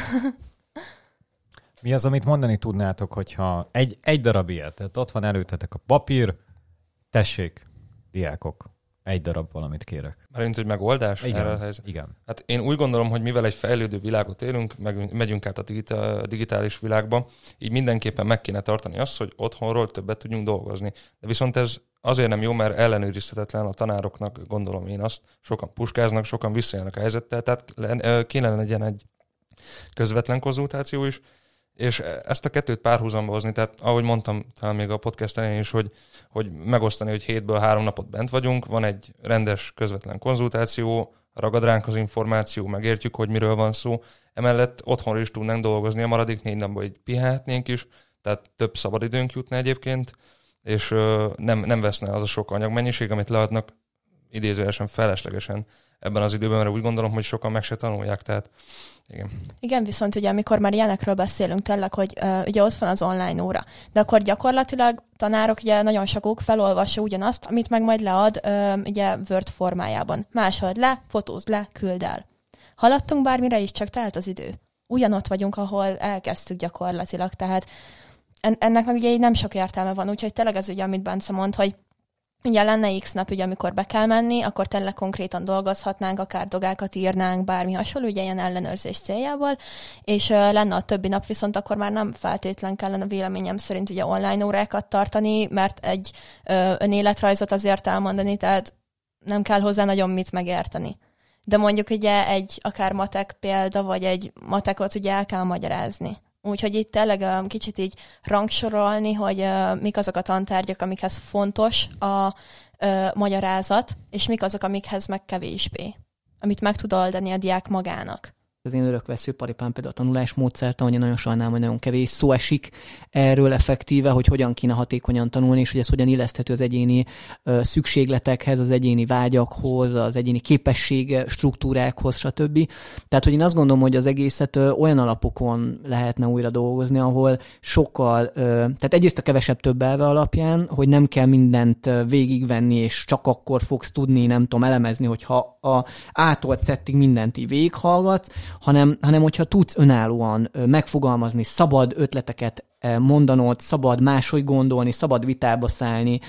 Mi az, amit mondani tudnátok, hogyha egy darab ilyet, tehát ott van előttetek a papír, tessék, diákok, egy darab valamit kérek. Mármint, hogy megoldás Igen, erre a helyzet? igen. Hát én úgy gondolom, hogy mivel egy fejlődő világot élünk, megyünk át a digitális világba, így mindenképpen meg kéne tartani azt, hogy otthonról többet tudjunk dolgozni. De viszont ez azért nem jó, mert ellenőrizhetetlen a tanároknak, gondolom én azt, sokan puskáznak, sokan visszajönnek a helyzettel, tehát kéne legyen egy közvetlen konzultáció is, és ezt a kettőt párhuzamba hozni, tehát ahogy mondtam talán még a podcast elején is, hogy megosztani, hogy 7-ből 3 napot bent vagyunk, van egy rendes közvetlen konzultáció, ragad ránk az információ, megértjük, hogy miről van szó. Emellett otthonról is tudnánk dolgozni, a maradék 4 napban így pihenhetnénk is, tehát több szabadidőnk jutna egyébként, és nem veszne az a sok anyagmennyiség, amit leadnak idézőjelesen feleslegesen ebben az időben, mert úgy gondolom, hogy sokan meg se tanulják, tehát igen. Igen, viszont ugye amikor már ilyenekről beszélünk tényleg, hogy ugye ott van az online óra, de akkor gyakorlatilag tanárok ugye nagyon sokuk felolvassa ugyanazt, amit meg majd lead ugye Word formájában. Másolod le, fotózd le, küld el. Haladtunk bármire is, csak telt az idő. Ugyanott vagyunk, ahol elkezdtük gyakorlatilag, tehát ennek meg ugye így nem sok értelme van, úgyhogy tényleg ez ugye, amit Bence mond, hogy ugye lenne X nap, ugye, amikor be kell menni, akkor tényleg konkrétan dolgozhatnánk, akár dogákat írnánk, bármi hasonló, ugye ilyen ellenőrzés céljából, és lenne a többi nap, viszont akkor már nem feltétlen kellene véleményem szerint ugye online órákat tartani, mert egy önéletrajzot azért elmondani, tehát nem kell hozzá nagyon mit megérteni. De mondjuk ugye egy akár matek példa, vagy egy matekot ugye el kell magyarázni. Úgyhogy itt tényleg kicsit így rangsorolni, hogy mik azok a tantárgyak, amikhez fontos a magyarázat, és mik azok, amikhez meg kevésbé, amit meg tud oldani a diák magának. Az én örökvesző paripám például a tanulásmódszertan, hogy nagyon sajnálom, hogy nagyon kevés szó esik erről effektíve, hogy hogyan kéne hatékonyan tanulni, és hogy ez hogyan illeszthető az egyéni szükségletekhez, az egyéni vágyakhoz, az egyéni képesség struktúrákhoz, stb. Tehát, hogy én azt gondolom, hogy az egészet olyan alapokon lehetne újra dolgozni, ahol sokkal, tehát egyrészt a kevesebb több elve alapján, hogy nem kell mindent végigvenni, és csak akkor fogsz tudni, nem tudom, elemezni, hogyha a A-tól Z-ig mindent így végighallgatsz, hanem hogyha tudsz önállóan megfogalmazni, szabad ötleteket mondanod, szabad máshogy gondolni, szabad vitába szállni,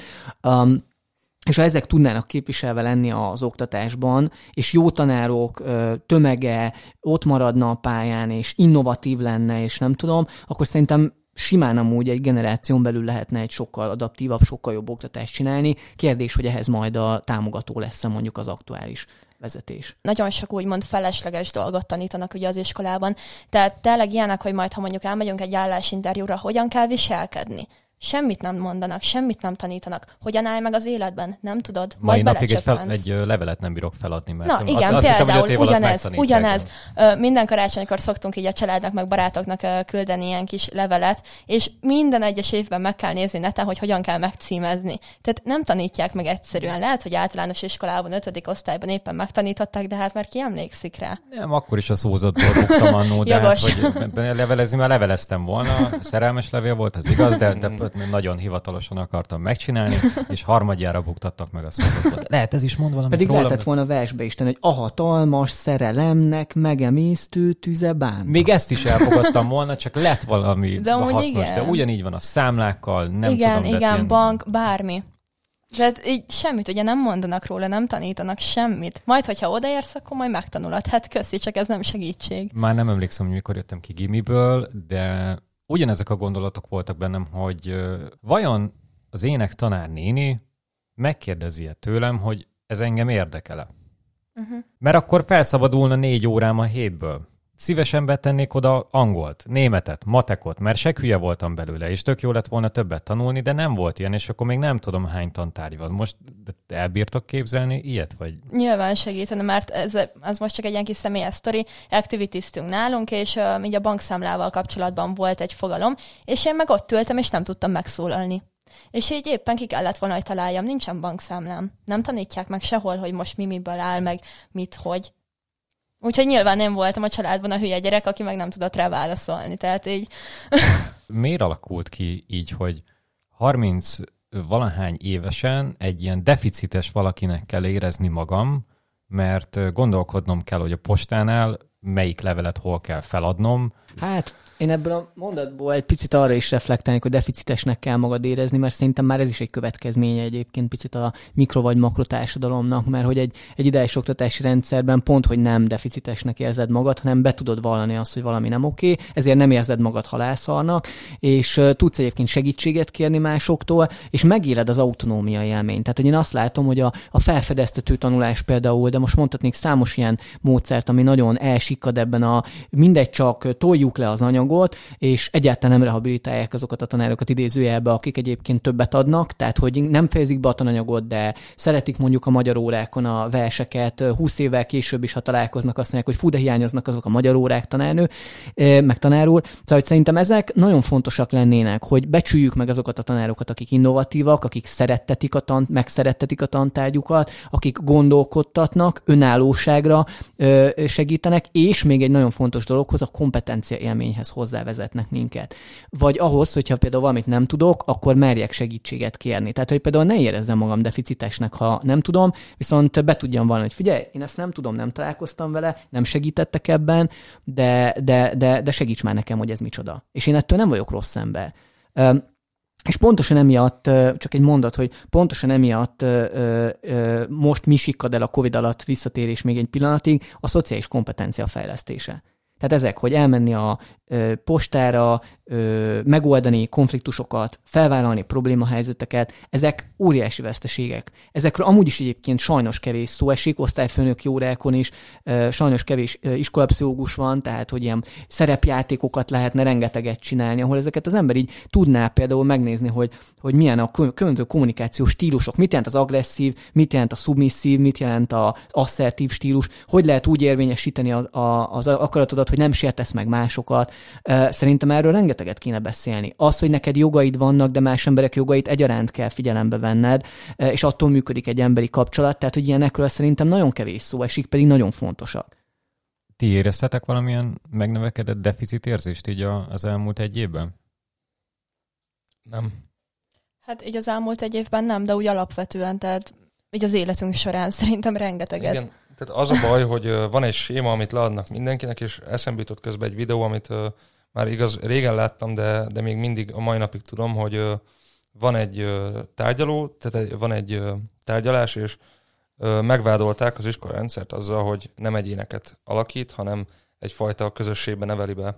és ha ezek tudnának képviselve lenni az oktatásban, és jó tanárok tömege ott maradna a pályán, és innovatív lenne, és nem tudom, akkor szerintem simán amúgy egy generáción belül lehetne egy sokkal adaptívabb, sokkal jobb oktatást csinálni. Kérdés, hogy ehhez majd a támogató lesz mondjuk az aktuális vezetés. Nagyon sok úgymond felesleges dolgot tanítanak ugye az iskolában. Tehát tényleg ilyenek, hogy majd, ha mondjuk elmegyünk egy állásinterjúra, hogyan kell viselkedni. Semmit nem mondanak, semmit nem tanítanak. Hogyan állj meg az életben? Nem tudod? Mai napig egy levelet nem bírok feladni, mert na, igen, azt például hittem, ugyanez. Minden karácsonykor szoktunk így a családnak, meg barátoknak küldeni ilyen kis levelet, és minden egyes évben meg kell nézni neten, hogy hogyan kell megcímezni. Tehát nem tanítják meg egyszerűen. Lehet, hogy általános iskolában, 5. osztályban éppen megtanították, de hát már ki emlékszik rá. Nem, akkor is a szózatból buktam annó, de hát, hogy levelezni, már leveleztem volna. Szerelmes levél volt, az igaz, de nagyon hivatalosan akartam megcsinálni, és harmadjára buktattak meg a szózatot. Lehet ez is mond valamit pedig rólam, lehetett volna versbe is tenni, hogy a hatalmas szerelemnek megemésztő tüze bánta. Még ezt is elfogadtam volna, csak lett valami de hasznos, igen. De ugyanígy van a számlákkal, nem igen, tudom. Igen, bank, bármi. Tehát így semmit ugye nem mondanak róla, nem tanítanak semmit. Majd, hogyha odaérsz, akkor majd megtanulod. Hát köszi, csak ez nem segítség. Már nem emlékszem, hogy mikor jöttem ki gimiből, de ugyanezek a gondolatok voltak bennem, hogy vajon az ének tanárnéni megkérdezi tőlem, hogy ez engem érdekel-e? Mert akkor felszabadulna 4 órám a hétből. Szívesen betennék oda angolt, németet, matekot, mert se hülye voltam belőle, és tök jó lett volna többet tanulni, de nem volt ilyen, és akkor még nem tudom, hány tantárgy van. Most elbírtok képzelni ilyet, vagy? Nyilván segítene, mert ez most csak egy ilyen kis személyes sztori. Activitieztünk nálunk, és így a bankszámlával kapcsolatban volt egy fogalom, és én meg ott ültem, és nem tudtam megszólalni. És így éppen ki kellett volna, hogy találjam, nincsen bankszámlám. Nem tanítják meg sehol, hogy most miből áll, meg mit, hogy. Úgyhogy nyilván én voltam a családban a hülye gyerek, aki meg nem tudott rá válaszolni, tehát így. Miért alakult ki így, hogy 30 valahány évesen egy ilyen deficites valakinek kell érezni magam, mert gondolkodnom kell, hogy a postánál melyik levelet hol kell feladnom. Hát én ebből a mondatból egy picit arra is reflektálnék, hogy deficitesnek kell magad érezni, mert szerintem már ez is egy következménye egyébként picit a mikro vagy makro társadalomnak, mert hogy egy ideális oktatási rendszerben pont, hogy nem deficitesnek érzed magad, hanem be tudod vallani azt, hogy valami nem oké, ezért nem érzed magad halászalnak, és tudsz egyébként segítséget kérni másoktól, és megéled az autonómia élményt. Tehát, hogy én azt látom, hogy a felfedeztető tanulás például, de most mondhatnék számos ilyen módszert, ami nagyon elsikkad ebben a mindegy, csak toljuk le az anyagot, és egyáltalán nem rehabilitálják azokat a tanárokat idézőjelbe, akik egyébként többet adnak, tehát hogy nem fejezik be a tananyagot, de szeretik mondjuk a magyar órákon a verseket, 20 évvel később is, ha találkoznak, azt mondják, hogy fú, de hiányoznak azok a magyar órák, tanárnő, meg tanár úr. Szóval hogy szerintem ezek nagyon fontosak lennének, hogy becsüljük meg azokat a tanárokat, akik innovatívak, akik megszerettetik a tantárgyukat, akik gondolkodtatnak, önállóságra segítenek, és még egy nagyon fontos dologhoz, a kompetencia élményhez hozzávezetnek minket. Vagy ahhoz, hogyha például valamit nem tudok, akkor merjek segítséget kérni. Tehát, hogy például ne érezzem magam deficitesnek, ha nem tudom, viszont be tudjam valani, hogy figyelj, én ezt nem tudom, nem találkoztam vele, nem segítettek ebben, de segíts már nekem, hogy ez micsoda. És én ettől nem vagyok rossz ember. És pontosan emiatt, csak egy mondat, hogy pontosan emiatt most mi sikkad el a Covid alatt visszatérés még egy pillanatig, a szociális kompetencia fejlesztése. Tehát ezek, hogy elmenni a postára, megoldani konfliktusokat, felvállalni problémahelyzeteket, ezek óriási veszteségek. Ezekről amúgy is egyébként sajnos kevés szó esik, osztályfőnöki órákon is sajnos kevés iskolapszichológus van, tehát hogy ilyen szerepjátékokat lehetne rengeteget csinálni, ahol ezeket az ember így tudná például megnézni, hogy milyen a különböző kommunikációs stílusok, mit jelent az agresszív, mit jelent a szubmisszív, mit jelent az asszertív stílus, hogy lehet úgy érvényesíteni az akaratodat, hogy nem sértesz meg másokat. Szerintem erről rengeteget kéne beszélni. Az, hogy neked jogaid vannak, de más emberek jogait egyaránt kell figyelembe venned, és attól működik egy emberi kapcsolat, tehát hogy ilyenekről szerintem nagyon kevés szó esik, pedig nagyon fontosak. Ti éreztetek valamilyen megnövekedett deficitérzést így az elmúlt egy évben? Nem. Hát így az elmúlt egy évben nem, de úgy alapvetően, tehát így az életünk során szerintem rengeteget. Igen, tehát az a baj, hogy van egy séma, amit leadnak mindenkinek, és eszembe jutott közben egy videó, amit már igaz, régen láttam, de még mindig a mai napig tudom, hogy van egy tárgyaló, tehát van egy tárgyalás, és megvádolták az iskolarendszert azzal, hogy nem egyéneket alakít, hanem egyfajta közösségbe neveli be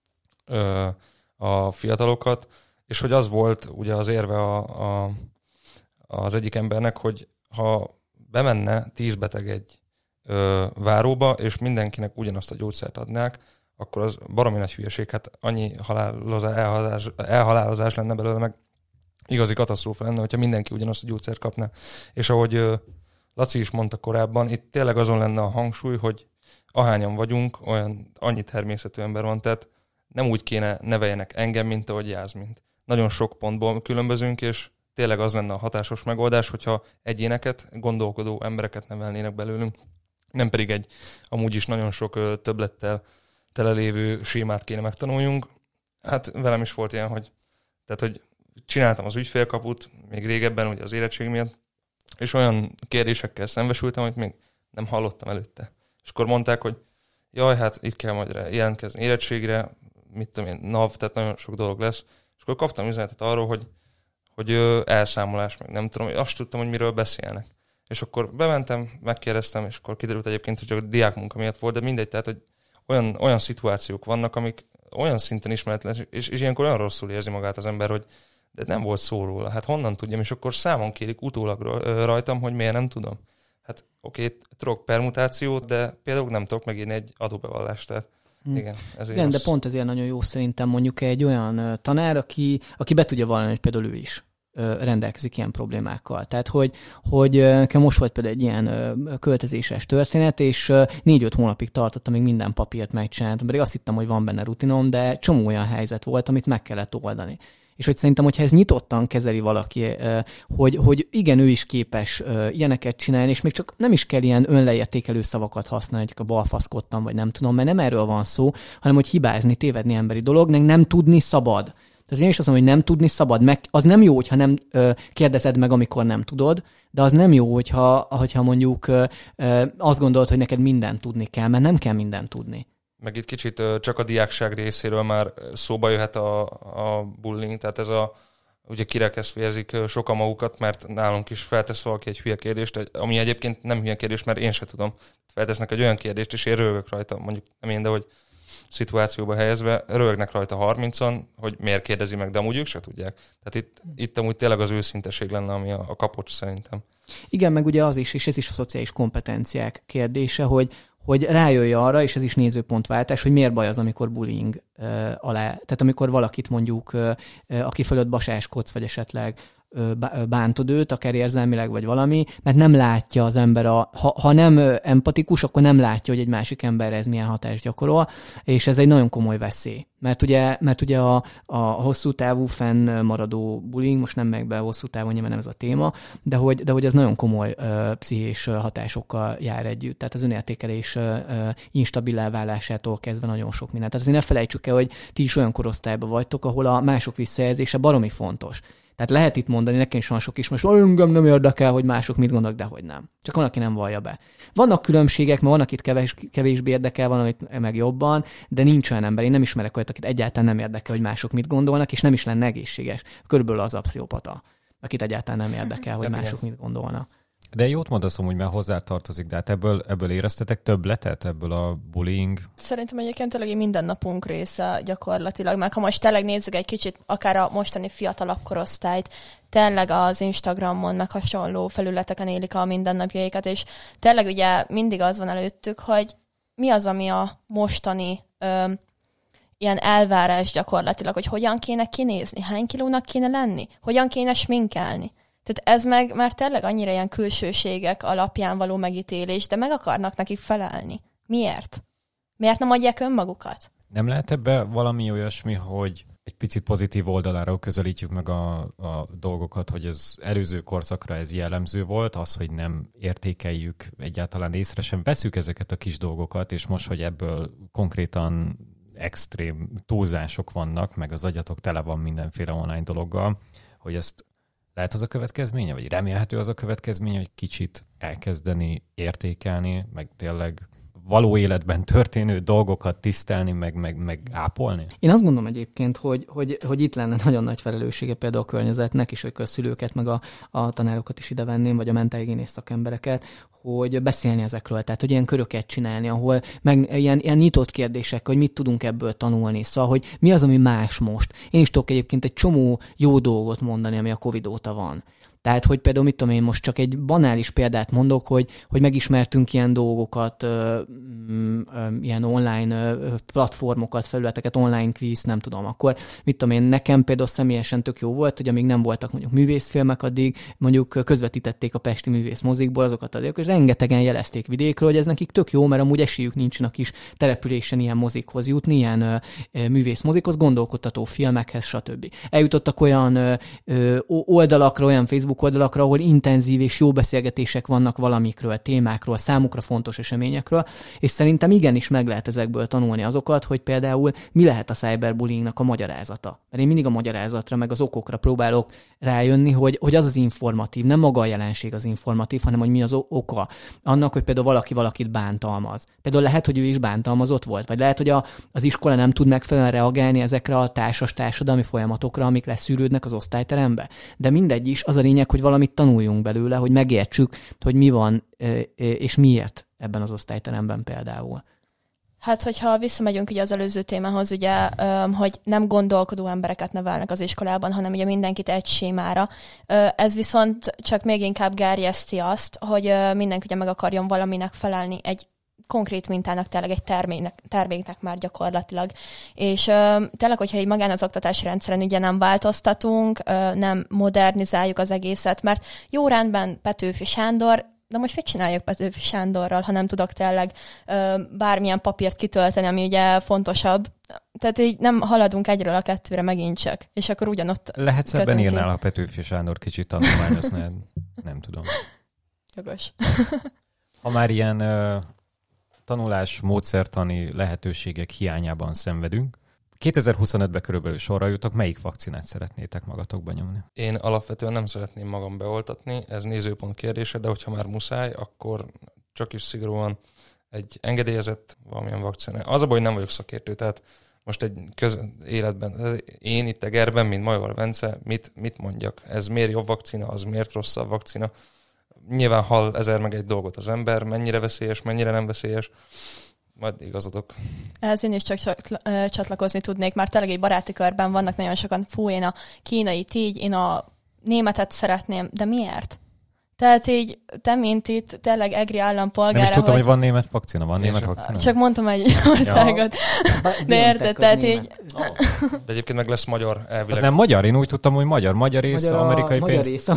a fiatalokat, és hogy az volt ugye az érve az egyik embernek, hogy ha bemenne 10 beteg egy váróba, és mindenkinek ugyanazt a gyógyszert adnák, akkor az baromi nagy hülyeség, hát annyi elhalálozás lenne belőle, meg igazi katasztrófa lenne, hogyha mindenki ugyanazt a gyógyszert kapna. És ahogy Laci is mondta korábban, itt tényleg azon lenne a hangsúly, hogy ahányan vagyunk, annyi természetű ember van, tehát nem úgy kéne neveljenek engem, mint ahogy Jászmint. Nagyon sok pontból különbözünk, és tényleg az lenne a hatásos megoldás, hogyha egyéneket, gondolkodó embereket nevelnének belőlünk, nem pedig egy amúgy is nagyon sok többlettel telelévő sémát kéne megtanuljunk. Hát velem is volt ilyen, hogy csináltam az ügyfélkaput, még régebben ugye az érettség miatt, és olyan kérdésekkel szembesültem, hogy még nem hallottam előtte. És akkor mondták, hogy jaj, hát itt kell majd jelentkezni érettségre, mit tudom én, NAV, tehát nagyon sok dolog lesz. És akkor kaptam üzenetet arról, hogy elszámolás, meg nem tudom, azt tudtam, hogy miről beszélnek. És akkor bementem, megkérdeztem, és akkor kiderült egyébként, hogy csak a diákmunka miatt volt, de mindegy, tehát, hogy olyan szituációk vannak, amik olyan szinten ismeretlen, és ilyenkor olyan rosszul érzi magát az ember, hogy de nem volt szó róla, hát honnan tudjam, és akkor számon kérik utólag rajtam, hogy miért nem tudom. Hát oké, tudok permutációt, de például nem tudok megírni egy adóbevallást, tehát igen, igen, de pont ezért nagyon jó szerintem mondjuk egy olyan tanár, aki be tudja vallani, hogy például ő is rendelkezik ilyen problémákkal. Tehát, hogy most volt például egy ilyen költözéses történet, és 4-5 hónapig tartott, amíg minden papírt megcsináltam, pedig azt hittem, hogy van benne rutinom, de csomó olyan helyzet volt, amit meg kellett oldani. És hogy szerintem, hogyha ez nyitottan kezeli valaki, hogy igen, ő is képes ilyeneket csinálni, és még csak nem is kell ilyen önleértékelő szavakat használni, hogy a balfaszkodtam, vagy nem tudom, mert nem erről van szó, hanem hogy hibázni, tévedni emberi dolog, nem tudni szabad. Tehát én is azt mondom, hogy nem tudni szabad. Az nem jó, hogyha nem kérdezed meg, amikor nem tudod, de az nem jó, hogyha mondjuk azt gondolod, hogy neked mindent tudni kell, mert nem kell mindent tudni. Meg itt kicsit csak a diákság részéről már szóba jöhet a bullying, tehát ugye kirekesztve érzik sokan magukat, mert nálunk is feltesz valaki egy hülye kérdést, ami egyébként nem hülye kérdés, mert én se tudom. Feltesznek egy olyan kérdést, és én röhögök rajta, mondjuk nem én, de hogy szituációba helyezve, röhögnek rajta 30-an, hogy miért kérdezi meg, de amúgy ők se tudják. Tehát itt amúgy tényleg az őszinteség lenne, ami a kapocs szerintem. Igen, meg ugye az is, és ez is a szociális kompetenciák kérdése, hogy rájöjj arra, és ez is nézőpontváltás, hogy miért baj az, amikor bullying alá, tehát amikor valakit mondjuk, aki fölött basáskodsz, vagy esetleg bántod őt, akár érzelmileg, vagy valami, mert nem látja az ember, ha nem empatikus, akkor nem látja, hogy egy másik emberre ez milyen hatást gyakorol, és ez egy nagyon komoly veszély. Mert ugye a hosszú távú fennmaradó bullying, most nem megy be hosszú távon, nyilván nem ez a téma, de hogy ez nagyon komoly pszichés hatásokkal jár együtt. Tehát az önértékelés instabilá válásától kezdve nagyon sok mindent. Tehát azért ne felejtsük el, hogy ti is olyan korosztályban vagytok, ahol a mások visszajelzése baromi fontos. Tehát lehet itt mondani, nekem is van sok ismerős, hogy engem nem érdekel, hogy mások mit gondolnak, de hogy nem. Csak van, aki nem vallja be. Vannak különbségek, mert van, akit kevésbé érdekel, van, amit meg jobban, de nincs olyan ember. Én nem ismerek olyat, akit egyáltalán nem érdekel, hogy mások mit gondolnak, és nem is lenne egészséges. Körülbelül az a pszichopata, akit egyáltalán nem érdekel, hogy mások mit gondolnak. De jót mondasz, hogy már hozzátartozik, de hát ebből éreztetek többletet, ebből a bullying? Szerintem egyébként tényleg minden napunk része gyakorlatilag, meg ha most tényleg nézzük egy kicsit, akár a mostani fiatalabb korosztályt, tényleg az Instagramon, meg hasonló felületeken élik a mindennapjaikat, és tényleg ugye mindig az van előttük, hogy mi az, ami a mostani ilyen elvárás gyakorlatilag, hogy hogyan kéne kinézni, hány kilónak kéne lenni, hogyan kéne sminkelni. Tehát ez meg már tényleg annyira ilyen külsőségek alapján való megítélés, de meg akarnak nekik felelni. Miért? Miért nem adják önmagukat? Nem lehet ebbe valami olyasmi, hogy egy picit pozitív oldaláról közelítjük meg a dolgokat, hogy az előző korszakra ez jellemző volt, az, hogy nem értékeljük, egyáltalán észre sem veszük ezeket a kis dolgokat, és most, hogy ebből konkrétan extrém túlzások vannak, meg az agyatok tele van mindenféle online dologgal, hogy ezt lehet az a következménye, vagy remélhető az a következménye, hogy kicsit elkezdeni értékelni, meg tényleg való életben történő dolgokat tisztelni, meg ápolni? Én azt gondolom egyébként, hogy itt lenne nagyon nagy felelőssége például a környezetnek, és hogy a szülőket, meg a tanárokat is ide venném, vagy a mentálhigiénész szakembereket, hogy beszélni ezekről, tehát hogy ilyen köröket csinálni, ahol meg ilyen nyitott kérdések, hogy mit tudunk ebből tanulni, szóval, hogy mi az, ami más most. Én is tudok egyébként egy csomó jó dolgot mondani, ami a Covid óta van. Tehát, hogy például, mit tudom én, most csak egy banális példát mondok, hogy megismertünk ilyen dolgokat, ilyen online platformokat, felületeket, online quiz, nem tudom, akkor mit tudom én, nekem például személyesen tök jó volt, hogy amíg nem voltak mondjuk művészfilmek, addig mondjuk közvetítették a pesti művészmozikból azokat a dolgokat, és rengetegen jelezték vidékről, hogy ez nekik tök jó, mert amúgy esélyük nincsen a kis településen ilyen mozikhoz jutni, ilyen művészmozikhoz, gondolkodtató filmekhez, stb. Eljutottak olyan oldalakra, olyan Facebook oldalakra, ahol intenzív és jó beszélgetések vannak valamikről, témákról, számukra fontos eseményekről, és szerintem igenis meg lehet ezekből tanulni azokat, hogy például mi lehet a cyberbullyingnak a magyarázata. Mert én mindig a magyarázatra, meg az okokra próbálok rájönni, hogy az informatív, nem maga a jelenség az informatív, hanem hogy mi az oka annak, hogy például valaki valakit bántalmaz. Például lehet, hogy ő is bántalmazott volt, vagy lehet, hogy az iskola nem tud megfelelően reagálni ezekre a társadalmi folyamatokra, amik leszűrődnek az osztályterembe. De mindegy is, az a lényeg, hogy valamit tanuljunk belőle, hogy megértsük, hogy mi van és miért ebben az osztályteremben például. Hát, hogyha visszamegyünk ugye az előző témához, ugye, hogy nem gondolkodó embereket nevelnek az iskolában, hanem ugye mindenkit egy sémára. Ez viszont csak még inkább gerjeszti azt, hogy mindenki ugye meg akarjon valaminek felelni, egy konkrét mintának, tényleg egy terméknek már gyakorlatilag. És tényleg, hogyha így magán az oktatási rendszeren ugye nem változtatunk, nem modernizáljuk az egészet, mert jó rendben Petőfi Sándor, de most mit csináljuk Petőfi Sándorral, ha nem tudok tényleg bármilyen papírt kitölteni, ami ugye fontosabb. Tehát így nem haladunk egyről a kettőre megint csak. És akkor ugyanott... Lehetsz ebben írnál, ha Petőfi Sándor kicsit tanulmányozná? Nem tudom. Jogos. Ha már ilyen tanulás módszertani lehetőségek hiányában szenvedünk, 2025-ben körülbelül sorra jutok, melyik vakcinát szeretnétek magatokba nyomni? Én alapvetően nem szeretném magam beoltatni, ez nézőpont kérdése, de hogyha már muszáj, akkor csak is szigorúan egy engedélyezett valamilyen vakcina. Az a baj, hogy nem vagyok szakértő, tehát most egy életben, én itt Egerben, mint Major Bence, mit mondjak? Ez miért jobb vakcina, az miért rosszabb vakcina? Nyilván hall 1000 meg egy dolgot az ember, mennyire veszélyes, mennyire nem veszélyes, majd igazodok. Ehhez én is csak csatlakozni tudnék, már tényleg egy baráti körben vannak nagyon sokan, én a kínait így, én a németet szeretném, de miért? Tehát így, te mint itt tényleg egri állampolgára, nem is tudtam, hogy van német vakcina, van német vakcina. Csak mondtam egy országot. De érted, tehát így... De egyébként meg lesz magyar elvileg. Az nem magyar? Én úgy tudtam, hogy magyar rész, amerikai pénz. Magyar rész,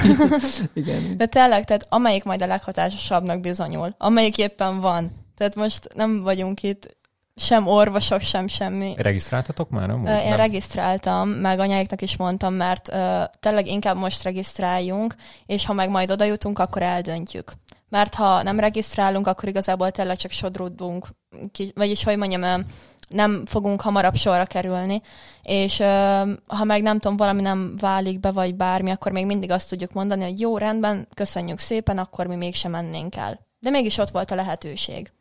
igen. De tényleg, tehát amelyik majd a leghatásosabbnak bizonyul, amelyik éppen van. Tehát most nem vagyunk itt sem orvosok, sem semmi. Regisztráltatok már? Én regisztráltam, meg anyáiknak is mondtam, mert tényleg inkább most regisztráljunk, és ha meg majd oda jutunk, akkor eldöntjük. Mert ha nem regisztrálunk, akkor igazából tényleg csak sodródunk, vagyis hogy mondjam, nem fogunk hamarabb sorra kerülni, és ha meg nem tudom, valami nem válik be, vagy bármi, akkor még mindig azt tudjuk mondani, hogy jó, rendben, köszönjük szépen, akkor mi mégsem mennénk el. De mégis ott volt a lehetőség.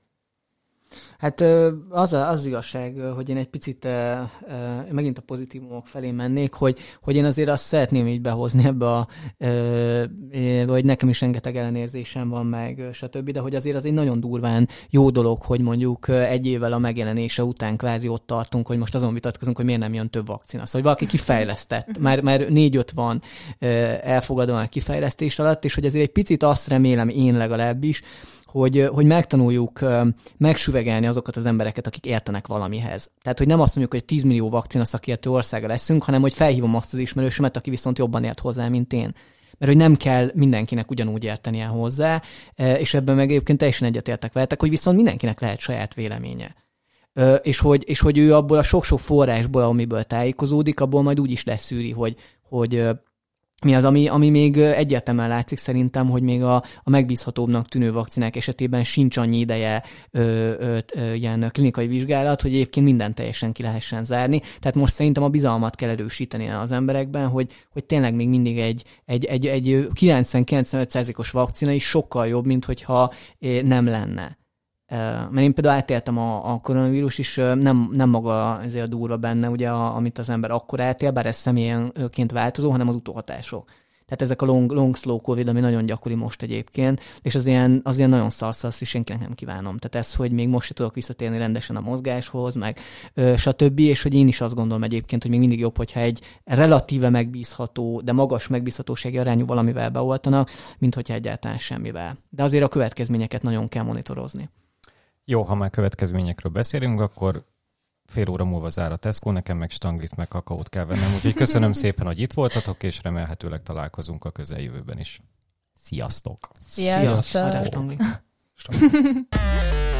Hát az igazság, hogy én egy picit megint a pozitívumok felé mennék, hogy én azért azt szeretném így behozni ebbe hogy nekem is rengeteg ellenérzésem van meg, stb., de hogy azért az egy nagyon durván jó dolog, hogy mondjuk egy évvel a megjelenése után kvázi ott tartunk, hogy most azon vitatkozunk, hogy miért nem jön több vakcina. Szóval valaki kifejlesztett, már 4-5 van elfogadóan kifejlesztés alatt, és hogy azért egy picit azt remélem én legalábbis, hogy megtanuljuk megsüvegelni azokat az embereket, akik értenek valamihez. Tehát, hogy nem azt mondjuk, hogy 10 millió vakcina szakértő országa leszünk, hanem hogy felhívom azt az ismerősömet, aki viszont jobban ért hozzá, mint én. Mert hogy nem kell mindenkinek ugyanúgy értenie hozzá, és ebben meg egyébként teljesen egyetértek veletek, hogy viszont mindenkinek lehet saját véleménye. És hogy ő abból a sok-sok forrásból, amiből tájékozódik, abból majd úgy is leszűri, hogy mi az, ami még egyértelműen látszik szerintem, hogy még a megbízhatóbbnak tűnő vakcinák esetében sincs annyi ideje ilyen klinikai vizsgálat, hogy egyébként mindent teljesen ki lehessen zárni. Tehát most szerintem a bizalmat kell erősíteni az emberekben, hogy tényleg még mindig egy 90-95%-os vakcina is sokkal jobb, mint hogyha nem lenne. Mert én például átéltem a koronavírus is, nem maga ezért a durva benne, ugye, amit az ember akkor átél, bár ez személyenként változó, hanem az utóhatások. Tehát ezek a long slow covid, ami nagyon gyakori most egyébként, és az ilyen nagyon szarsz, és senkinek nem kívánom. Tehát ez, hogy még most se tudok visszatérni rendesen a mozgáshoz, meg stb., és hogy én is azt gondolom egyébként, hogy még mindig jobb, hogyha egy relatíve megbízható, de magas megbízhatósági arányú valamivel beoltanak, mint hogyha egyáltalán semmivel. De azért a következményeket nagyon kell monitorozni. Jó, ha már következményekről beszélünk, akkor fél óra múlva zár a Tesco, nekem meg stanglit, meg kakaót kell vennem, úgyhogy köszönöm szépen, hogy itt voltatok, és remélhetőleg találkozunk a közeljövőben is. Sziasztok! Sziasztok! Sziasztok!